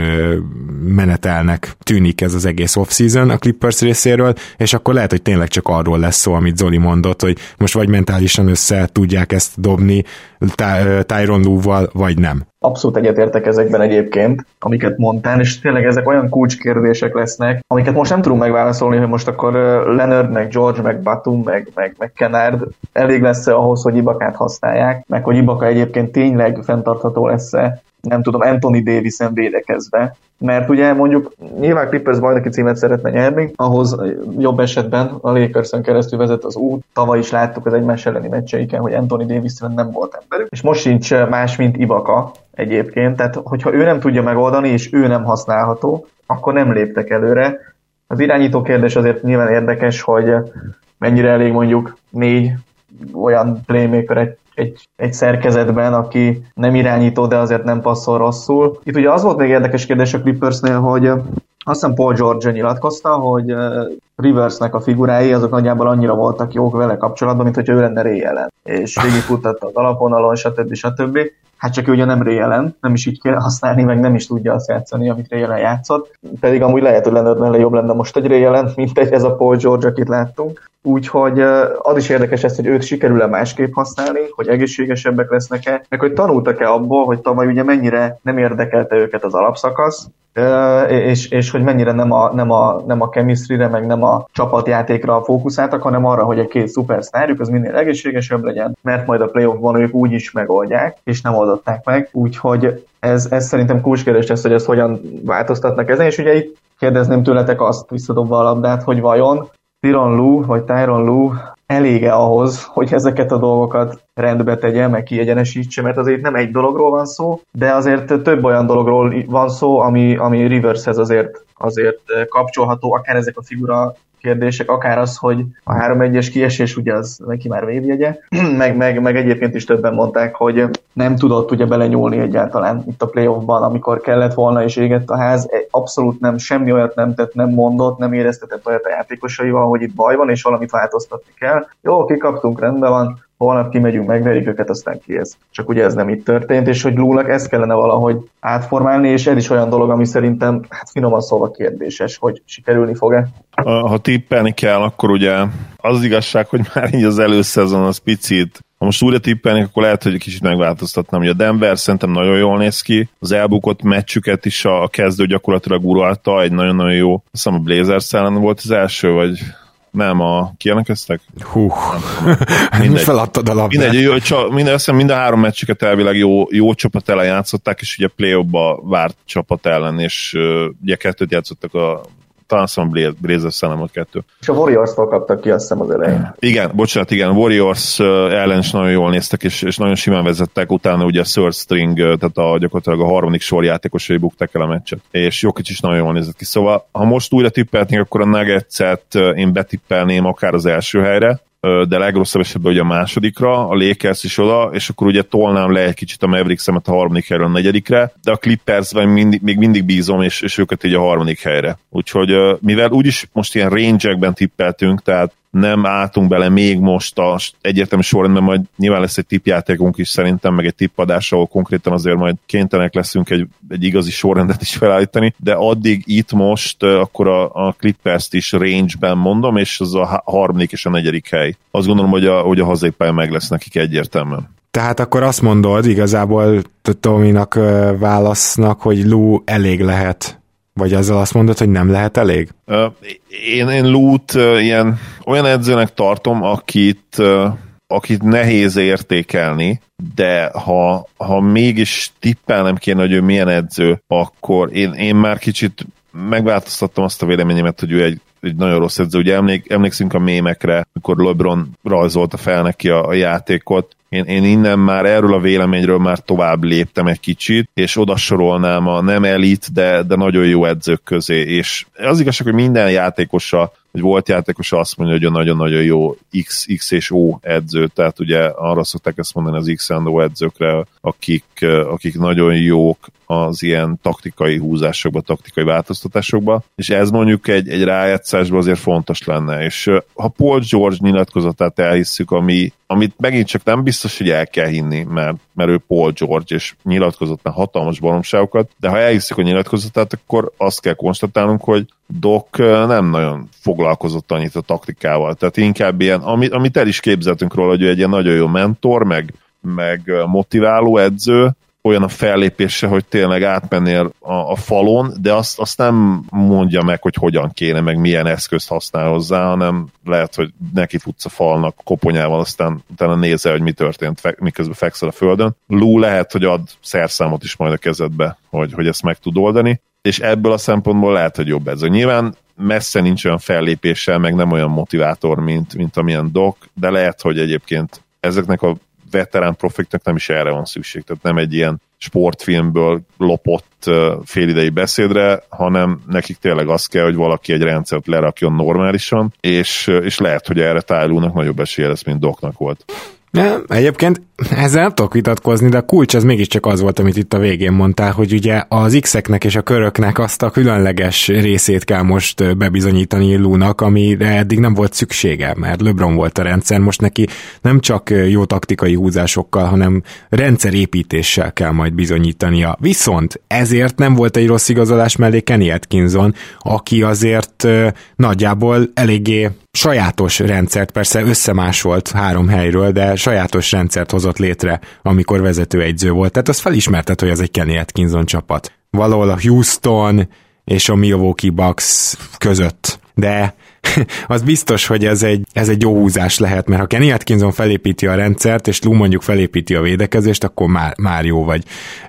menetelnek tűnik ez az egész off-season a Clippers részéről, és akkor lehet, hogy tényleg csak arról lesz szó, amit Zoli mondott, hogy most vagy mentálisan össze tudják ezt dobni Ty- Tyronn Lue-val, vagy nem. Abszolút egyetértek ezekben egyébként, amiket mondtál, és tényleg ezek olyan kulcskérdések lesznek, amiket most nem tudunk megválaszolni, hogy most akkor Leonard, meg George, meg Batum, meg, meg, meg Kennard elég lesz ahhoz, hogy Ibakát használják, meg hogy Ibaka egyébként tényleg fenntartható lesz-e, nem tudom, Anthony Davisen védekezve, mert ugye mondjuk nyilván Clippers bajnoki címet szeretne nyerni, ahhoz jobb esetben a Lakersen keresztül vezet az út. Tavaly is láttuk az egymás elleni meccseiken, hogy Anthony Davisen nem volt emberük, és most sincs más, mint Ibaka egyébként, tehát hogyha ő nem tudja megoldani, és ő nem használható, akkor nem léptek előre. Az irányító kérdés azért nyilván érdekes, hogy mennyire elég mondjuk négy olyan playmaker egy Egy, egy szerkezetben, aki nem irányító, de azért nem passzol rosszul. Itt ugye az volt még érdekes kérdés a Clippersnél, hogy azt hiszem Paul George nyilatkozta, hogy Riversnek a figurái azok nagyjából annyira voltak jók vele kapcsolatban, mint hogyha ő lenne Ray Allen. És végigfutatta az alapvonalon, stb. stb. Hát csak ő ugye nem Ray Allen, nem is így kell használni, meg nem is tudja azt játszani, amit Ray Allen játszott. Pedig amúgy lehet, hogy Leonard mellé jobb lenne most egy Ray Allen, mint egy ez a Paul George, akit láttunk. Úgyhogy az is érdekes ezt, hogy őt sikerül-e másképp használni, hogy egészségesebbek lesznek-e, meg hogy tanultak-e abból, hogy tavaly ugye mennyire nem érdekelte őket az alapszakasz, és, és hogy mennyire nem a, nem a, nem a chemistry-re, meg nem a csapatjátékra fókuszáltak, hanem arra, hogy a két szupersztárjuk az minél egészségesebb legyen, mert majd a playoffban ők úgy is megoldják, és nem oldották meg. Úgyhogy ez, ez szerintem kulcskérdés lesz, hogy ezt hogyan változtatnak ezen, és ugye itt kérdezném tőletek azt, visszadobva a labdát, hogy vajon Tyronn Lue, vagy Tyronn Lue elég-e ahhoz, hogy ezeket a dolgokat rendbe tegye, meg kiegyenesítse, mert azért nem egy dologról van szó, de azért több olyan dologról van szó, ami, ami Rivershez azért, azért kapcsolható, akár ezek a figura kérdések, akár az, hogy a három egyes kiesés, ugye az neki már védjegye, meg, meg, meg egyébként is többen mondták, hogy nem tudott ugye belenyúlni egyáltalán itt a playoffban, amikor kellett volna és égett a ház, abszolút nem, semmi olyat nem tett, nem mondott, nem éreztetett olyat a játékosaival, hogy itt baj van, és valamit változtatni kell. Jó, kikaptunk, rendben van, holnap kimegyünk, megverjük őket, aztán ki ez. Csak ugye ez nem itt történt, és hogy Lue-nak ezt kellene valahogy átformálni, és ez is olyan dolog, ami szerintem, hát finoman szólva kérdéses, hogy sikerülni fog-e. Ha tippelni kell, akkor ugye az igazság, hogy már így az előszezon az picit, ha most újra tippelnék, akkor lehet, hogy kicsit megváltoztatnám. Ugye a Denver szerintem nagyon jól néz ki, az elbukott meccsüket is a kezdő gyakorlatilag uralta, egy nagyon-nagyon jó, azt hiszem a Blazers ellen volt az első, vagy nem, a kijelentkeztek? Hú, mindegy, feladtad a labdát. Mindegy, jó, csa, minden, azt mind a három meccsüket elvileg jó, jó csapat ellen játszották, és ugye play-offba várt csapat ellen, és uh, ugye kettőt játszottak a talán azt hiszem a Blazers ellen volt kettő. És a Warriors-tól kaptak ki, azt hiszem az elején. Igen, bocsánat, igen, a Warriors ellen is nagyon jól néztek, és, és nagyon simán vezettek, utána ugye a third string, tehát a, gyakorlatilag a harmadik sor játékosai bukták el a meccset. És Jokic is nagyon jól nézett ki. Szóval, ha most újra tippelnék, akkor a Nuggets-et én betippelném akár az első helyre, de legrosszabb esetben ugye a másodikra, a Lakers is oda, és akkor ugye tolnám le egy kicsit a Mavericks-emet a harmadik helyről a negyedikre, de a Clippers-ben mindig, még mindig bízom, és, és őket így a harmadik helyre. Úgyhogy mivel úgyis most ilyen range-ekben tippeltünk, tehát nem álltunk bele még most a egyértelmű sorrendben, majd nyilván lesz egy tippjátékunk is szerintem, meg egy tippadás, ahol konkrétan azért majd kénytelenek leszünk egy, egy igazi sorrendet is felállítani, de addig itt most akkor a, a Clippers-t is range-ben mondom, és az a harmadik és a negyedik hely. Azt gondolom, hogy a, hogy a hazai pályán meg lesz nekik egyértelműen. Tehát akkor azt mondod igazából Tominak válasznak, hogy Lue elég lehet. Vagy ezzel azt mondod, hogy nem lehet elég? Uh, én, én Lue-t uh, ilyen, olyan edzőnek tartom, akit, uh, akit nehéz értékelni, de ha, ha mégis tippelnem kéne, hogy ő milyen edző, akkor én, én már kicsit megváltoztattam azt a véleményemet, hogy ő egy, egy nagyon rossz edző. Ugye emlék, emlékszünk a mémekre, amikor LeBron rajzolta fel neki a, a játékot. Én, én innen már erről a véleményről már tovább léptem egy kicsit, és oda sorolnám a nem elit, de, de nagyon jó edzők közé. És az igazság, hogy minden játékosa hogy volt játékos azt mondja, hogy nagyon-nagyon jó X, X és O edző, tehát ugye arra szokták ezt mondani az X and O edzőkre, akik, akik nagyon jók az ilyen taktikai húzásokba, taktikai változtatásokba, és ez mondjuk egy, egy rájátszásban azért fontos lenne, és ha Paul George nyilatkozatát elhisszük, ami, amit megint csak nem biztos, hogy el kell hinni, mert, mert ő Paul George, és nyilatkozott már hatalmas baromságokat, de ha elhisszük a nyilatkozatát, akkor azt kell konstatálnunk, hogy Doc nem nagyon foglalkozott annyit a taktikával, tehát inkább ilyen, amit, amit el is képzeltünk róla, hogy ő egy ilyen nagyon jó mentor, meg, meg motiváló edző, olyan a fellépése, hogy tényleg átmennél a, a falon, de azt, azt nem mondja meg, hogy hogyan kéne, meg milyen eszközt használ hozzá, hanem lehet, hogy neki futsz a falnak koponyával, aztán utána nézel, hogy mi történt, fe, miközben fekszel a földön. Lou lehet, hogy ad szerszámot is majd a kezedbe, hogy, hogy ezt meg tud oldani, és ebből a szempontból lehet, hogy jobb edző. Nyilván messze nincs olyan fellépéssel, meg nem olyan motivátor, mint, mint amilyen Doc, de lehet, hogy egyébként ezeknek a veterán profiknak nem is erre van szükség, tehát nem egy ilyen sportfilmből lopott félidei beszédre, hanem nekik tényleg az kell, hogy valaki egy rendszert lerakjon normálisan, és, és lehet, hogy erre Ty Lue-nak nagyobb esélye lesz, mint Docnak volt. Ja, egyébként ezzel nem tudok vitatkozni, de a kulcs az mégiscsak az volt, amit itt a végén mondtál, hogy ugye az X-eknek és a köröknek azt a különleges részét kell most bebizonyítani Lue-nak, amire eddig nem volt szüksége, mert LeBron volt a rendszer, most neki nem csak jó taktikai húzásokkal, hanem rendszerépítéssel kell majd bizonyítania. Viszont ezért nem volt egy rossz igazolás mellé Kenny Atkinson, aki azért nagyjából eléggé sajátos rendszert, persze összemásolt három helyről, de sajátos rendszert hozott létre, amikor vezetőegyző volt. Tehát azt felismerted, hogy ez egy Kenny Atkinson csapat. Valahol a Houston és a Milwaukee Bucks között. De az biztos, hogy ez egy, ez egy jó húzás lehet, mert ha Kenny Atkinson felépíti a rendszert, és Lue mondjuk felépíti a védekezést, akkor már, már jó vagy.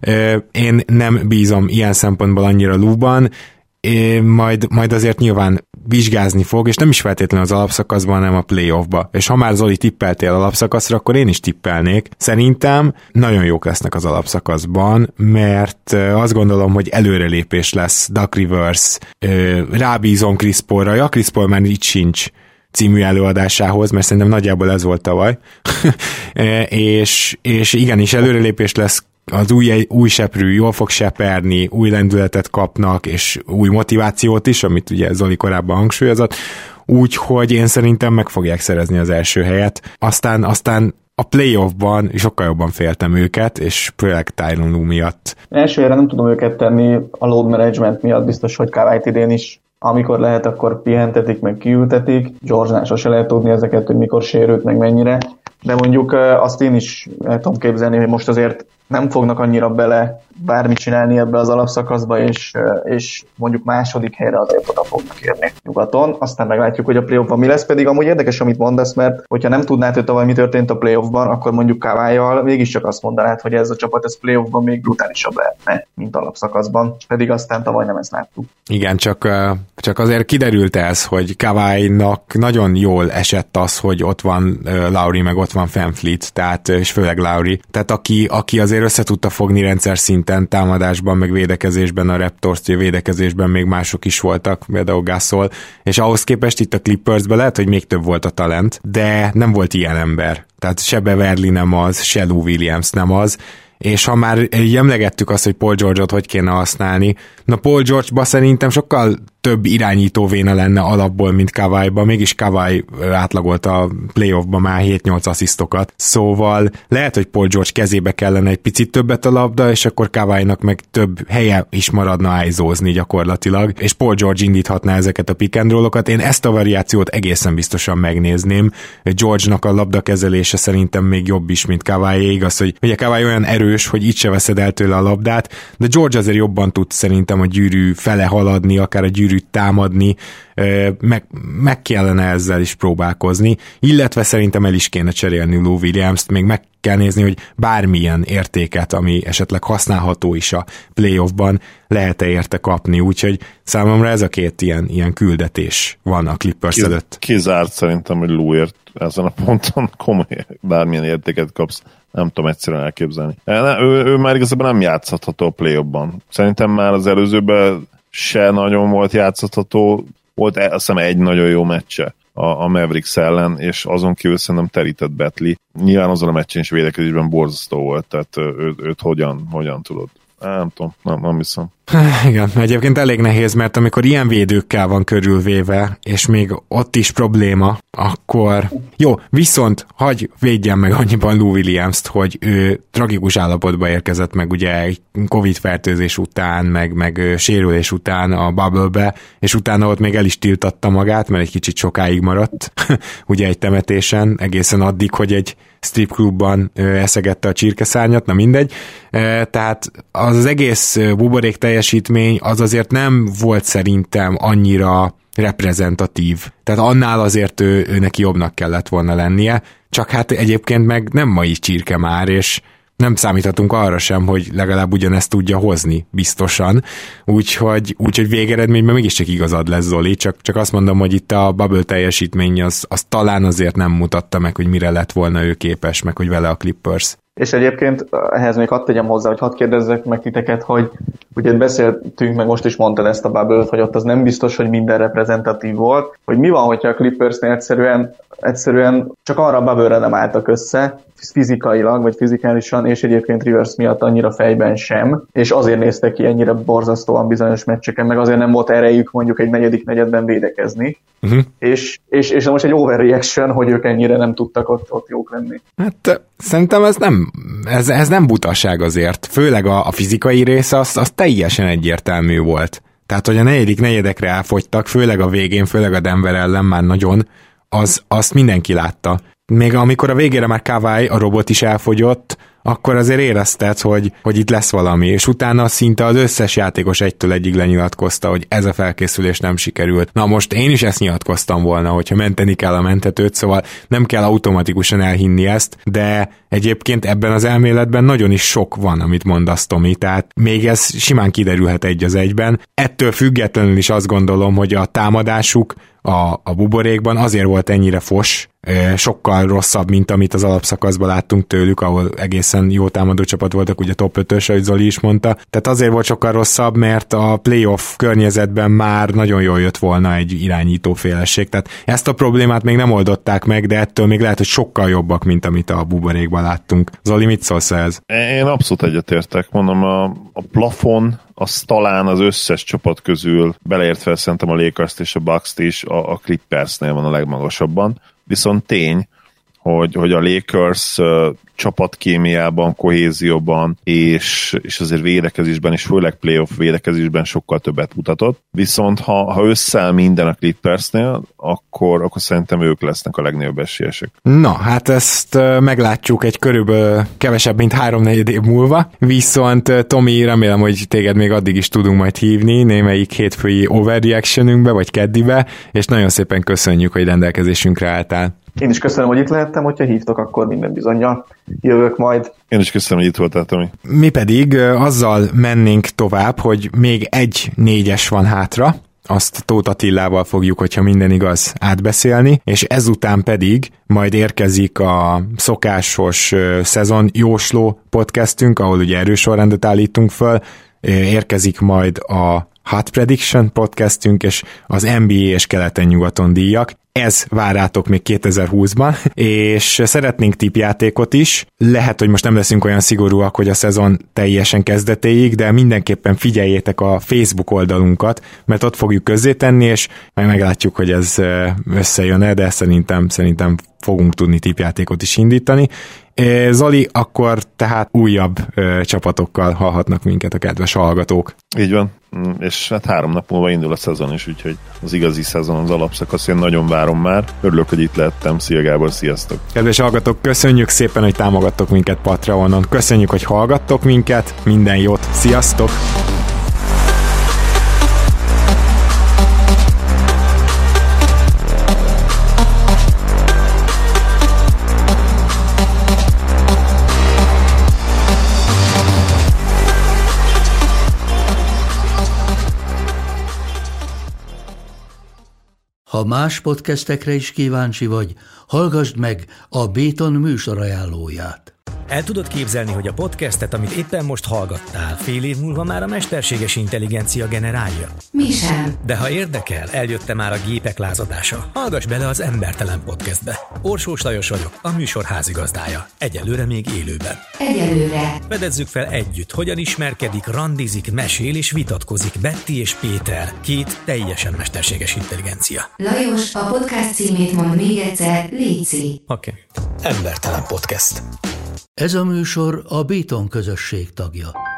Én nem bízom ilyen szempontból annyira Lue-ban, É, majd, majd azért nyilván vizsgázni fog, és nem is feltétlenül az alapszakaszban, hanem a playoffba. És ha már Zoli tippeltél alapszakaszra, akkor én is tippelnék. Szerintem nagyon jók lesznek az alapszakaszban, mert azt gondolom, hogy előrelépés lesz Doc Rivers, rábízom Chris Paulra, ja, Chris Paul már itt sincs című előadásához, mert szerintem nagyjából ez volt tavaly. és, és igenis előrelépés lesz, az új, új seprű jól fog seperni, új lendületet kapnak, és új motivációt is, amit ugye Zoli korábban hangsúlyozott, úgyhogy én szerintem meg fogják szerezni az első helyet. Aztán, aztán a playoffban sokkal jobban féltem őket, és főleg Tyronn Lue miatt. Első helyre nem tudom őket tenni, a load management miatt biztos, hogy Kawhit idén is amikor lehet, akkor pihentetik, meg kiültetik. George-nál sose lehet tudni ezeket, hogy mikor sérült, meg mennyire. De mondjuk azt én is el tudom képzelni, hogy most azért nem fognak annyira bele bármit csinálni ebbe az alapszakaszba, és, és mondjuk második helyre azért oda fognak érni nyugaton. Aztán meglátjuk, hogy a playoffban mi lesz, pedig amúgy érdekes, amit mondasz, mert hogyha nem tudnád, hogy tavaly mi történt a playoffban, akkor mondjuk Kawhijjal mégiscsak azt mondanád, hogy ez a csapat ez playoffban még brutálisabb lehetne, mint alapszakaszban. Pedig aztán tavaly nem ezt láttuk. Igen, csak, csak azért kiderült ez, hogy Kawhinak nagyon jól esett az, hogy ott van Lowry, meg ott van VanVleet, tehát, és főleg Lowry. Tehát aki, aki azért össze tudta fogni rendszer szinten, támadásban, meg védekezésben a Raptors, védekezésben még mások is voltak, például Gasol, és ahhoz képest itt a Clippersben lehet, hogy még több volt a talent, de nem volt ilyen ember. Tehát se Beverly nem az, se Lou Williams nem az, és ha már emlegettük azt, hogy Paul George-ot hogy kéne használni, na Paul George-ba szerintem sokkal több irányító véna lenne alapból, mint Kawhiba, mégis Kawhi átlagolt a playoffban már hét-nyolc asszisztokat, szóval lehet, hogy Paul George kezébe kellene egy picit többet a labda, és akkor Kawhinak meg több helye is maradna izózni gyakorlatilag, és Paul George indíthatná ezeket a pick and roll-okat. Én ezt a variációt egészen biztosan megnézném. George-nak a labdakezelése szerintem még jobb is, mint Kawhi. Igaz, hogy ugye Kawhi olyan erős, hogy itt se veszed el tőle a labdát, de George azért jobban tud szerintem a gyűrű fele haladni, akár a gyűrű támadni, meg, meg kellene ezzel is próbálkozni, illetve szerintem el is kéne cserélni Lou Williams-t, még meg kell nézni, hogy bármilyen értéket, ami esetleg használható is a playoffban, lehet-e érte kapni, úgyhogy számomra ez a két ilyen, ilyen küldetés van a Clippers Kiz, előtt. Kizárt szerintem, hogy Louért ezen a ponton komoly bármilyen értéket kapsz. Nem tudom egyszerűen elképzelni. Ne, ő, ő már igazából nem játszhatható a playoffban. Szerintem már az előzőben se nagyon volt játszható, Volt azt hiszem egy nagyon jó meccse a, a Mavericks ellen, és azon kívül szerintem terített Betley. Nyilván azon a meccsen is védekezésben borzasztó volt, tehát őt, őt hogyan, hogyan tudod. Nem tudom, nem, nem hiszem. Igen, egyébként elég nehéz, mert amikor ilyen védőkkel van körülvéve, és még ott is probléma, akkor jó, viszont hagyj védjen meg annyiban Lou Williams-t, hogy ő tragikus állapotba érkezett meg ugye egy Covid-fertőzés után, meg, meg sérülés után a bubble-be, és utána ott még el is tiltatta magát, mert egy kicsit sokáig maradt, ugye egy temetésen, egészen addig, hogy egy strip klubban eszegette a csirkeszárnyat, na mindegy. Tehát az, az egész buborék teljesítmény az azért nem volt szerintem annyira reprezentatív. Tehát annál azért ő, ő neki jobbnak kellett volna lennie, csak hát egyébként meg nem mai csirke már, és nem számíthatunk arra sem, hogy legalább ugyanezt tudja hozni, biztosan. Úgyhogy, úgyhogy végeredményben mégiscsak igazad lesz, Zoli, csak, csak azt mondom, hogy itt a bubble teljesítmény az, az talán azért nem mutatta meg, hogy mire lett volna ő képes, meg hogy vele a Clippers. És egyébként ehhez még hadd tegyem hozzá, hogy hadd kérdezzek meg titeket, hogy ugye beszéltünk, meg most is mondtad ezt a bubble-t, hogy ott az nem biztos, hogy minden reprezentatív volt, hogy mi van, hogyha a Clippersnél egyszerűen, egyszerűen csak arra a bubble-re nem álltak össze, fizikailag, vagy fizikálisan, és egyébként Rivers miatt annyira fejben sem, és azért néztek ki ennyire borzasztóan bizonyos meccseken, meg azért nem volt erejük mondjuk egy negyedik negyedben védekezni, uh-huh. és, és, és most egy overreaction, hogy ők ennyire nem tudtak ott, ott jók lenni. Hát szerintem ez nem, ez, ez nem butaság azért, főleg a, a fizikai része az, az teljesen egyértelmű volt. Tehát, hogy a negyedik negyedekre elfogytak, főleg a végén, főleg a Denver ellen már nagyon, az, azt mindenki látta. Még amikor a végére már Kawhi, a robot is elfogyott, akkor azért érezted, hogy, hogy itt lesz valami, és utána szinte az összes játékos egytől egyig lenyilatkozta, hogy ez a felkészülés nem sikerült. Na most én is ezt nyilatkoztam volna, hogyha menteni kell a mentetőt, szóval nem kell automatikusan elhinni ezt, de egyébként ebben az elméletben nagyon is sok van, amit mondasz, Tomi, tehát még ez simán kiderülhet egy az egyben. Ettől függetlenül is azt gondolom, hogy a támadásuk a, a buborékban azért volt ennyire fos, sokkal rosszabb, mint amit az alapszakaszban láttunk tőlük, ahol egészen jó támadó csapat voltak, ugye top ötös, ahogy Zoli is mondta. Tehát azért volt sokkal rosszabb, mert a playoff környezetben már nagyon jól jött volna egy irányítóféleség. Tehát ezt a problémát még nem oldották meg, de ettől még lehet, hogy sokkal jobbak, mint amit a buborékban láttunk. Zoli, mit szólsz ez? Én abszolút egyetértek. Mondom, a, a plafon az talán az összes csapat közül, beleértve szerintem a Lakers-t és a Bucks-t is, a, a Clippersnél van a legmagasabban. Viszont tény, hogy, hogy a Lakers uh, csapatkémiában, kohézióban és, és azért védekezésben, és főleg playoff védekezésben sokkal többet mutatott. Viszont ha, ha összeáll minden a Clippersnél, akkor, akkor szerintem ők lesznek a legnagyobb esélyesek. Na, hát ezt uh, meglátjuk egy körülbelül kevesebb, mint háromnegyed év múlva. Viszont uh, Tomi, remélem, hogy téged még addig is tudunk majd hívni némelyik hétfői overreactionünkbe, vagy keddibe, és nagyon szépen köszönjük, hogy rendelkezésünkre álltál. Én is köszönöm, hogy itt lehettem, hogyha hívtok, akkor minden bizonnyal jövök majd. Én is köszönöm, hogy itt voltál, Tomi. Mi pedig azzal mennénk tovább, hogy még egy négyes van hátra, azt Tóth Attilával fogjuk, hogyha minden igaz, átbeszélni, és ezután pedig majd érkezik a szokásos szezon jósló podcastünk, ahol ugye erősorrendet állítunk föl, érkezik majd a Hot Prediction podcastünk, és az en bé á és keleten-nyugaton díjak. Ez vár rátok még kétezer-húszban, és szeretnénk tippjátékot is. Lehet, hogy most nem leszünk olyan szigorúak, hogy a szezon teljesen kezdetéig, de mindenképpen figyeljétek a Facebook oldalunkat, mert ott fogjuk közzétenni, és majd meglátjuk, hogy ez összejön-e, de szerintem, szerintem fogunk tudni tippjátékot is indítani. Zoli, akkor tehát újabb ö, csapatokkal hallhatnak minket a kedves hallgatók. Így van, és hát három nap múlva indul a szezon is, úgyhogy az igazi szezon, az alapszakasz, én nagyon várom már. Örülök, hogy itt lettem. Szia Gábor, sziasztok! Kedves hallgatók, köszönjük szépen, hogy támogattok minket Patreonon. Köszönjük, hogy hallgattok minket. Minden jót, sziasztok! Ha más podcastekre is kíváncsi vagy, hallgassd meg a Béton műsor ajánlóját. El tudod képzelni, hogy a podcastet, amit éppen most hallgattál, fél év múlva már a mesterséges intelligencia generálja? Mi sem. De ha érdekel, eljött már a gépek lázadása. Hallgass bele az Embertelen Podcastbe. Orsós Lajos vagyok, a műsor házigazdája. Egyelőre még élőben. Egyelőre. Fedezzük fel együtt, hogyan ismerkedik, randizik, mesél és vitatkozik Betty és Péter, két teljesen mesterséges intelligencia. Lajos, a podcast címét mond még egyszer, léci. Oké. Okay. Embertelen Podcast. Ez a műsor a Béton közösség tagja.